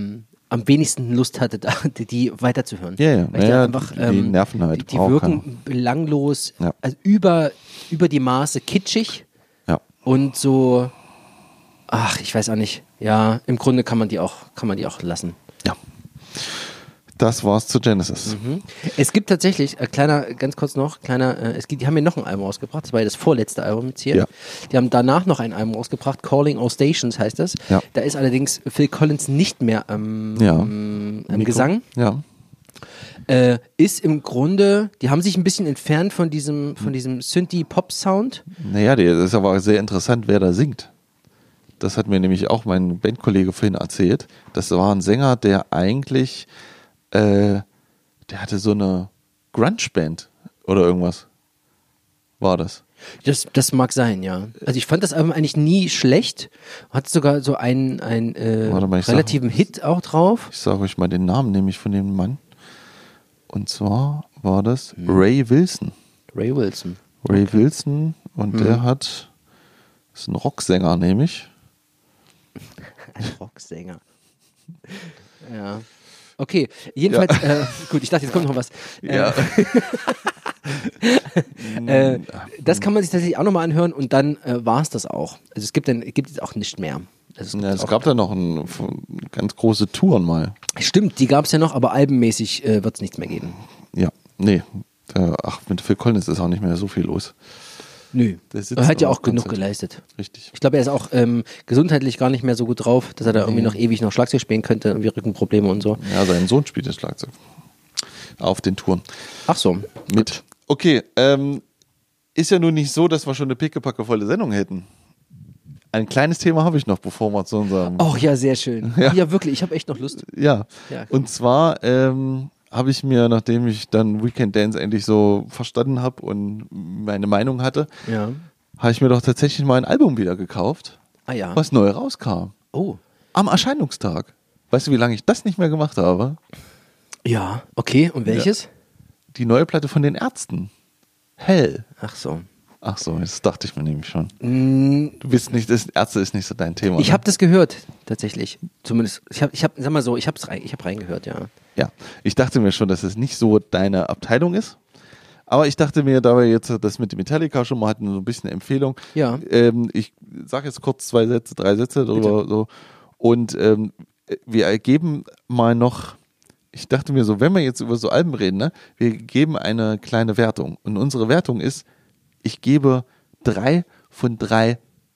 am wenigsten Lust hatte, die weiterzuhören. Ja. Weil ich da einfach, die nerven halt. Die wirken belanglos, also über die Maße kitschig und so, ich weiß auch nicht. Ja, im Grunde kann man die auch lassen. Ja. Das war's zu Genesis. Es gibt tatsächlich, ganz kurz noch, die haben mir noch ein Album rausgebracht, das war ja das vorletzte Album jetzt hier. Ja. Die haben danach noch ein Album rausgebracht, Calling All Stations heißt das. Ja. Da ist allerdings Phil Collins nicht mehr am Gesang. Ja. Ist im Grunde, die haben sich ein bisschen entfernt von diesem Synthie-Pop-Sound. Naja, das ist aber sehr interessant, wer da singt. Das hat mir nämlich auch mein Bandkollege vorhin erzählt. Das war ein Sänger, der eigentlich der hatte so eine Grunge-Band oder irgendwas. War das? Das mag sein, ja. Also ich fand das Album eigentlich nie schlecht. Hat sogar so einen relativen Hit auch drauf. Ich sage euch mal den Namen nämlich von dem Mann. Und zwar war das Ray Wilson. Ray Wilson. Ray Wilson und der ist ein Rocksänger nämlich. Ein Rocksänger. Ja. Okay, jedenfalls, gut, ich dachte, jetzt kommt noch was. Ja. Das kann man sich tatsächlich auch nochmal anhören und dann war es das auch. Also es gibt jetzt auch nicht mehr. Also es gab da noch ganz große Touren mal. Stimmt, die gab es ja noch, aber albenmäßig wird es nichts mehr geben. Ja, nee. Mit Phil Collins ist auch nicht mehr so viel los. Nö, er hat ja auch genug geleistet. Richtig. Ich glaube, er ist auch gesundheitlich gar nicht mehr so gut drauf, dass er da irgendwie noch ewig noch Schlagzeug spielen könnte, irgendwie Rückenprobleme und so. Ja, sein Sohn spielt das Schlagzeug. Auf den Touren. Ach so. Mit. Okay, ist ja nun nicht so, dass wir schon eine pickepackevolle Sendung hätten. Ein kleines Thema habe ich noch, bevor wir zu unserem... Oh ja, sehr schön. Ja, wirklich, ich habe echt noch Lust. Ja, und zwar... habe ich mir, nachdem ich dann Weekend Dance endlich so verstanden habe und meine Meinung hatte, habe ich mir doch tatsächlich mal ein Album wieder gekauft, was neu rauskam. Oh. Am Erscheinungstag. Weißt du, wie lange ich das nicht mehr gemacht habe? Ja, okay. Und welches? Ja. Die neue Platte von den Ärzten. Hell. Ach so, das dachte ich mir nämlich schon. Du bist nicht, Ärzte ist nicht so dein Thema. Ich habe das gehört, tatsächlich. Zumindest, ich habe reingehört, ja. Ja, ich dachte mir schon, dass es nicht so deine Abteilung ist. Aber ich dachte mir, da wir jetzt das mit dem Metallica schon mal hatten, so ein bisschen Empfehlung. Ja. Ich sage jetzt kurz 3 Sätze darüber. So. Und wir ergeben mal noch, ich dachte mir so, wenn wir jetzt über so Alben reden, ne, wir geben eine kleine Wertung. Und unsere Wertung ist, ich gebe 3 von 3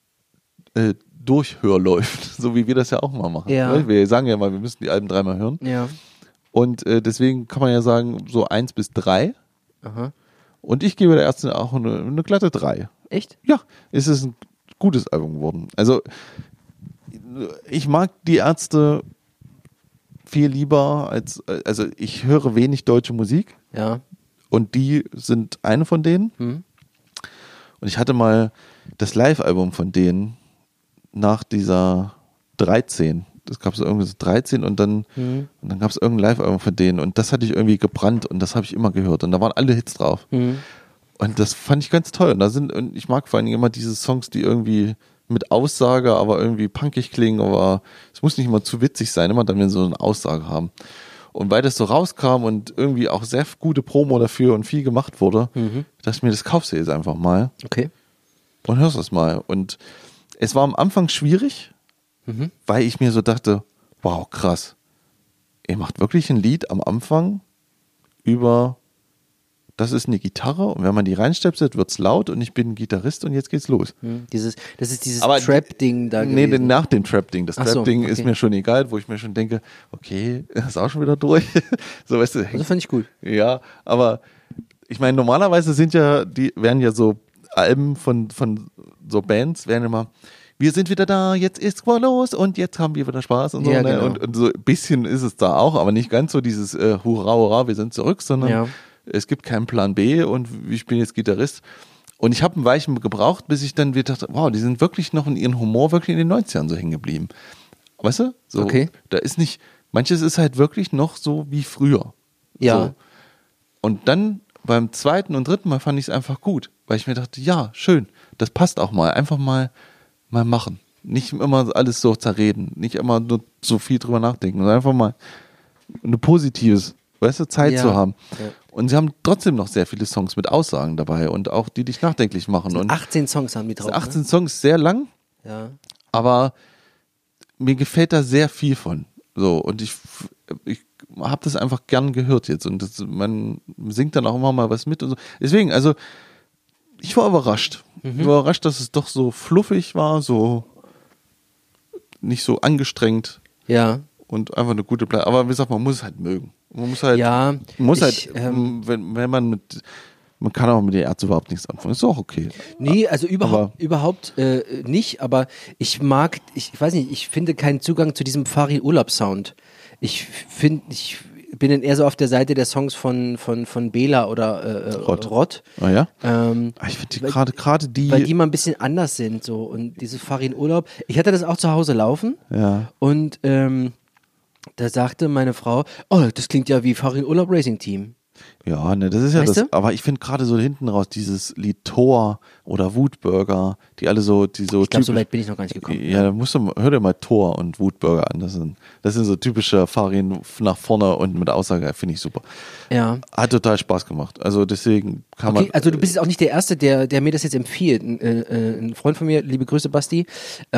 Durchhörläufen, so wie wir das ja auch mal machen. Ja. Wir sagen ja mal, wir müssen die Alben 3-mal hören. Ja. Und deswegen kann man ja sagen, so 1 bis 3. Aha. Und ich gebe der Ärzte auch eine glatte 3. Echt? Ja, es ist ein gutes Album geworden. Also, ich mag die Ärzte viel lieber also ich höre wenig deutsche Musik. Ja. Und die sind eine von denen. Und ich hatte mal das Live-Album von denen nach dieser 13. Das gab es irgendwie so 13 und dann gab es irgendein Live-Album von denen und das hatte ich irgendwie gebrannt und das habe ich immer gehört und da waren alle Hits drauf. Und das fand ich ganz toll. Und ich mag vor allen Dingen immer diese Songs, die irgendwie mit Aussage, aber irgendwie punkig klingen, aber es muss nicht immer zu witzig sein, immer dann, wenn sie so eine Aussage haben. Und weil das so rauskam und irgendwie auch sehr gute Promo dafür und viel gemacht wurde, dachte ich mir, das kaufst du jetzt einfach mal. Okay. Und hörst das mal. Und es war am Anfang schwierig, weil ich mir so dachte, wow, krass. Ihr macht wirklich ein Lied am Anfang über, das ist eine Gitarre und wenn man die reinstöpselt, wird's laut und ich bin ein Gitarrist und jetzt geht's los. Das ist dieses Trap-Ding da gewesen. Nee, nach dem Trap-Ding. Das Trap-Ding okay. ist mir schon egal, wo ich mir schon denke, okay, ist auch schon wieder durch. So, weißt du. Also fand ich gut. Ja, aber ich meine, normalerweise werden ja so Alben von so Bands, werden immer, wir sind wieder da, jetzt ist was los und jetzt haben wir wieder Spaß und so. Ja, ne? genau. Und so ein bisschen ist es da auch, aber nicht ganz so dieses Hurra, hurra, wir sind zurück, sondern es gibt keinen Plan B und ich bin jetzt Gitarrist. Und ich habe ein Weichen gebraucht, bis ich dann wieder dachte, wow, die sind wirklich noch in ihrem Humor wirklich in den 90ern so hängen geblieben. Weißt du? So, okay. Da ist nicht, manches ist halt wirklich noch so wie früher. Ja. So. Und dann beim 2. und 3. Mal fand ich es einfach gut, weil ich mir dachte, ja, schön, das passt auch mal, einfach mal machen. Nicht immer alles so zerreden, nicht immer nur so viel drüber nachdenken, sondern einfach mal eine positives, Zeit zu haben. Ja. Und sie haben trotzdem noch sehr viele Songs mit Aussagen dabei und auch die dich nachdenklich machen. Und 18 Songs haben die drauf. 18 Songs, sehr lang, Ja. aber mir gefällt da sehr viel von. So, und ich habe das einfach gern gehört jetzt und man singt dann auch immer mal was mit und so. Deswegen, also ich war überrascht. Ich war überrascht, dass es doch so fluffig war, so nicht so angestrengt Ja. und einfach eine gute Platte. Aber wie gesagt, man muss es halt mögen. Man muss halt, wenn man kann auch mit der Ärzte überhaupt nichts anfangen. Ist auch okay. Nee, also überhaupt nicht, aber ich weiß nicht, ich finde keinen Zugang zu diesem Farin-Urlaub-Sound. Ich bin dann eher so auf der Seite der Songs von Bela oder Rott. Ah ja? Ich finde die gerade die... Weil die mal ein bisschen anders sind so und diese Farin-Urlaub. Ich hatte das auch zu Hause laufen und da sagte meine Frau, oh, das klingt ja wie Farin-Urlaub Racing Team. Ja, ne, das ist ja weißt das. du? Aber ich finde gerade so hinten raus dieses Lied Thor oder Wutburger, die alle so, Ich glaube, so weit bin ich noch gar nicht gekommen. Ja, da hör dir mal Thor und Wutburger an. Das sind so typische Farin nach vorne und mit Aussage, finde ich super. Ja. Hat total Spaß gemacht. Also deswegen kann man. Also du bist jetzt auch nicht der Erste, der mir das jetzt empfiehlt. Ein Freund von mir, liebe Grüße Basti,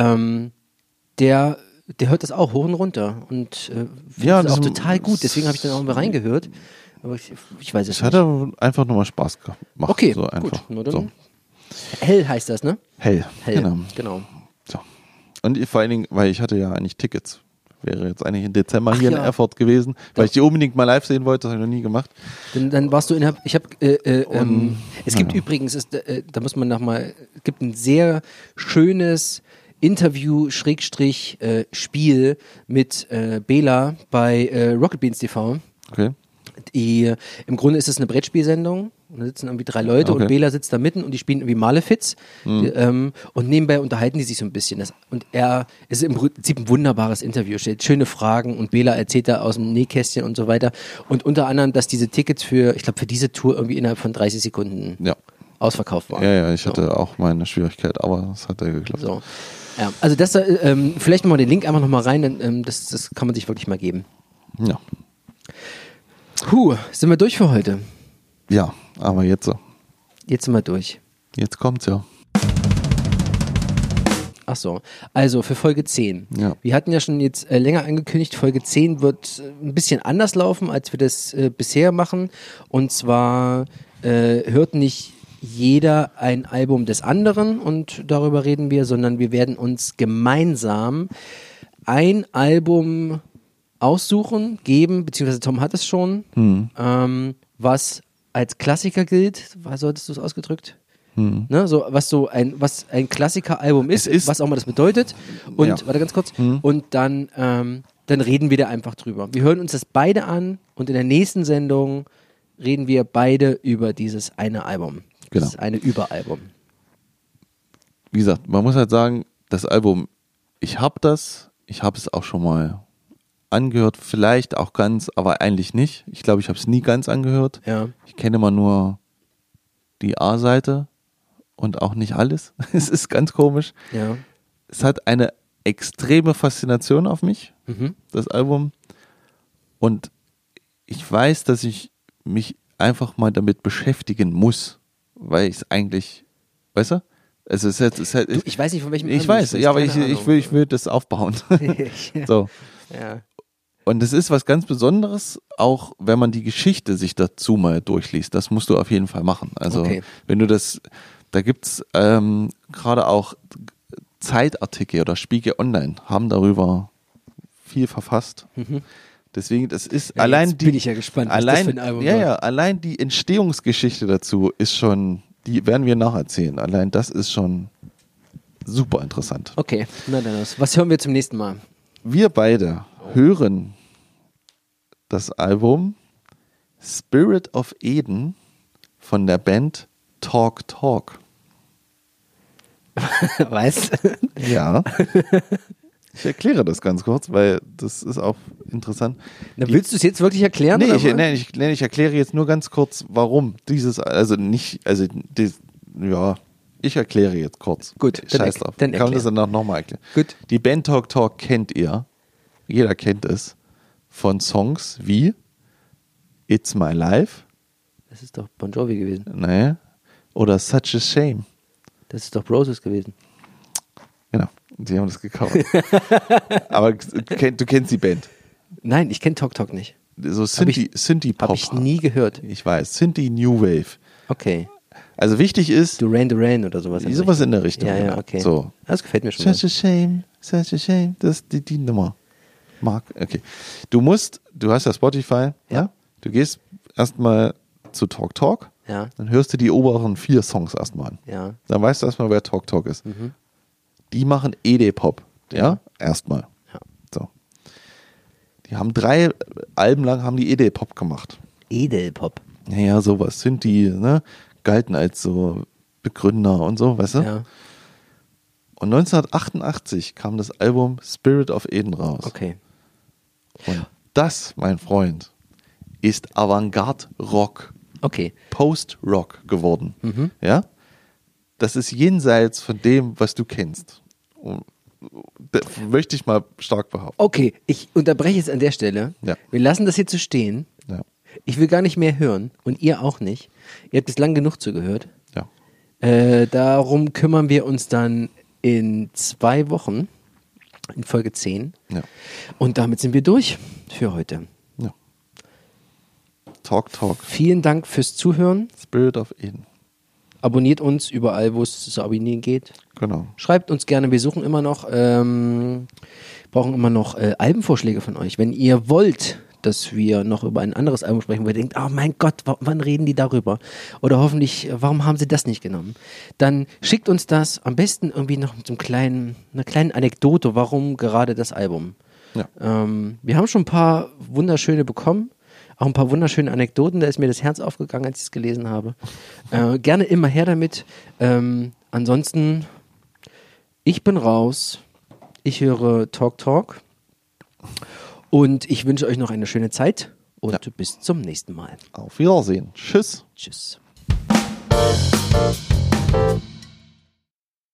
der hört das auch hoch und runter und findet das auch total gut. Deswegen habe ich dann auch mal reingehört. Aber ich weiß es nicht. Es hat einfach nur mal Spaß gemacht. Okay, so einfach. Gut. Nur dann. So. Hell heißt das, ne? Hell. Genau. So. Und vor allen Dingen, weil ich hatte ja eigentlich Tickets. Wäre jetzt eigentlich im Dezember hier in Erfurt gewesen, weil ich die unbedingt mal live sehen wollte, das habe ich noch nie gemacht. Dann warst du es gibt übrigens, da muss man nochmal, es gibt ein sehr schönes Interview Spiel mit Bela bei Rocket Beans TV. Okay. Im Grunde ist es eine Brettspielsendung. Da sitzen irgendwie 3 Leute und Bela sitzt da mitten und die spielen irgendwie Malefiz. Und nebenbei unterhalten die sich so ein bisschen. Es ist im Prinzip ein wunderbares Interview. Stellt schöne Fragen und Bela erzählt da aus dem Nähkästchen und so weiter. Und unter anderem, dass diese Tickets für diese Tour irgendwie innerhalb von 30 Sekunden ausverkauft waren. Ja, ich hatte auch meine Schwierigkeit, aber es hat ja geklappt. So. Ja, also das, vielleicht nochmal den Link einfach nochmal rein, denn, das kann man sich wirklich mal geben. Ja. Sind wir durch für heute? Ja, aber jetzt so. Jetzt sind wir durch. Jetzt kommt's ja. Ach so, also für Folge 10. Ja. Wir hatten ja schon jetzt länger angekündigt, Folge 10 wird ein bisschen anders laufen, als wir das bisher machen. Und zwar hört nicht jeder ein Album des anderen und darüber reden wir, sondern wir werden uns gemeinsam ein Album aussuchen, geben, beziehungsweise Tom hat es schon, was als Klassiker gilt, so hattest du es ausgedrückt? Ne, so, was ein Klassiker-Album ist, was auch mal das bedeutet. Und, warte ganz kurz, und dann reden wir da einfach drüber. Wir hören uns das beide an und in der nächsten Sendung reden wir beide über dieses eine Album. Genau. Das eine Überalbum. Wie gesagt, man muss halt sagen, das Album, ich habe es auch schon mal angehört, vielleicht auch ganz, aber eigentlich nicht. Ich glaube, ich habe es nie ganz angehört. Ja. Ich kenne immer nur die A-Seite und auch nicht alles. Es ist ganz komisch. Ja. Es hat eine extreme Faszination auf mich, das Album. Und ich weiß, dass ich mich einfach mal damit beschäftigen muss, weil ich es eigentlich, weißt du? Also es ist halt, Ich weiß nicht, von welchem Ich weiß, ja, aber ich will das aufbauen. So. Ja. Und es ist was ganz Besonderes, auch wenn man die Geschichte sich dazu mal durchliest. Das musst du auf jeden Fall machen. Also wenn du da gibt's gerade auch Zeitartikel oder Spiegel Online haben darüber viel verfasst. Deswegen, das ist allein bin ich ja gespannt, was das für ein Album war. Allein die Entstehungsgeschichte dazu ist schon, die werden wir nacherzählen. Allein das ist schon super interessant. Okay, na dann los. Was hören wir zum nächsten Mal? Wir beide hören das Album Spirit of Eden von der Band Talk Talk. Was? Ja. Ich erkläre das ganz kurz, weil das ist auch interessant. Na, willst du es jetzt wirklich erklären? Ich erkläre jetzt nur ganz kurz, warum dieses, ich Ich erkläre jetzt kurz. Gut, Scheiß drauf. dann Kann man erklär. das dann nochmal erklären? Gut. Die Band Talk Talk kennt ihr. Jeder kennt es. Von Songs wie It's My Life. Das ist doch Bon Jovi gewesen. Nee. Oder Such a Shame. Das ist doch Roses gewesen. Genau. Die haben das gekauft. Aber du kennst die Band. Nein, ich kenne Talk Talk nicht. So Synthie-Pop. Habe ich nie gehört. Ich weiß. Synthie New Wave. Okay. Also wichtig ist, Duran Duran oder sowas. sowas in der Richtung. Ja, ja, genau. okay. So. Das gefällt mir schon. Such a shame, such a shame. Das ist die Nummer. Mark, okay. Du hast ja Spotify, ja? Du gehst erstmal zu Talk Talk, Ja. dann hörst du die oberen 4 Songs erstmal an. Ja. Dann weißt du erstmal, wer Talk Talk ist. Die machen ED-Pop, ja? Erstmal. Ja. So. Die haben 3 Alben lang haben die ED-Pop gemacht. Edelpop. Ja, sowas. Sind die, ne? Galten als so Begründer und so, weißt du? Ja. Und 1988 kam das Album Spirit of Eden raus. Okay. Und das, mein Freund, ist Avantgarde-Rock, Okay. Post-Rock geworden. Ja? Das ist jenseits von dem, was du kennst. Und das möchte ich mal stark behaupten. Okay, ich unterbreche jetzt an der Stelle. Ja. Wir lassen das hier so stehen. Ja. Ich will gar nicht mehr hören und ihr auch nicht. Ihr habt bislang genug zugehört. Ja. Darum kümmern wir uns dann in 2 Wochen, in Folge 10. Ja. Und damit sind wir durch für heute. Ja. Talk Talk. Vielen Dank fürs Zuhören. Spirit of Eden. Abonniert uns überall, wo es zu abonnieren geht. Genau. Schreibt uns gerne, wir suchen immer noch, brauchen immer noch Albenvorschläge von euch. Wenn ihr wollt, dass wir noch über ein anderes Album sprechen, wo ihr denkt, oh mein Gott, wann reden die darüber? Oder hoffentlich, warum haben sie das nicht genommen? Dann schickt uns das am besten irgendwie noch mit so einer kleinen Anekdote, warum gerade das Album. Ja. Wir haben schon ein paar wunderschöne bekommen. Auch ein paar wunderschöne Anekdoten, da ist mir das Herz aufgegangen, als ich es gelesen habe. Gerne immer her damit. Ansonsten, ich bin raus. Ich höre Talk Talk. Und ich wünsche euch noch eine schöne Zeit und bis zum nächsten Mal. Auf Wiedersehen. Tschüss. Tschüss.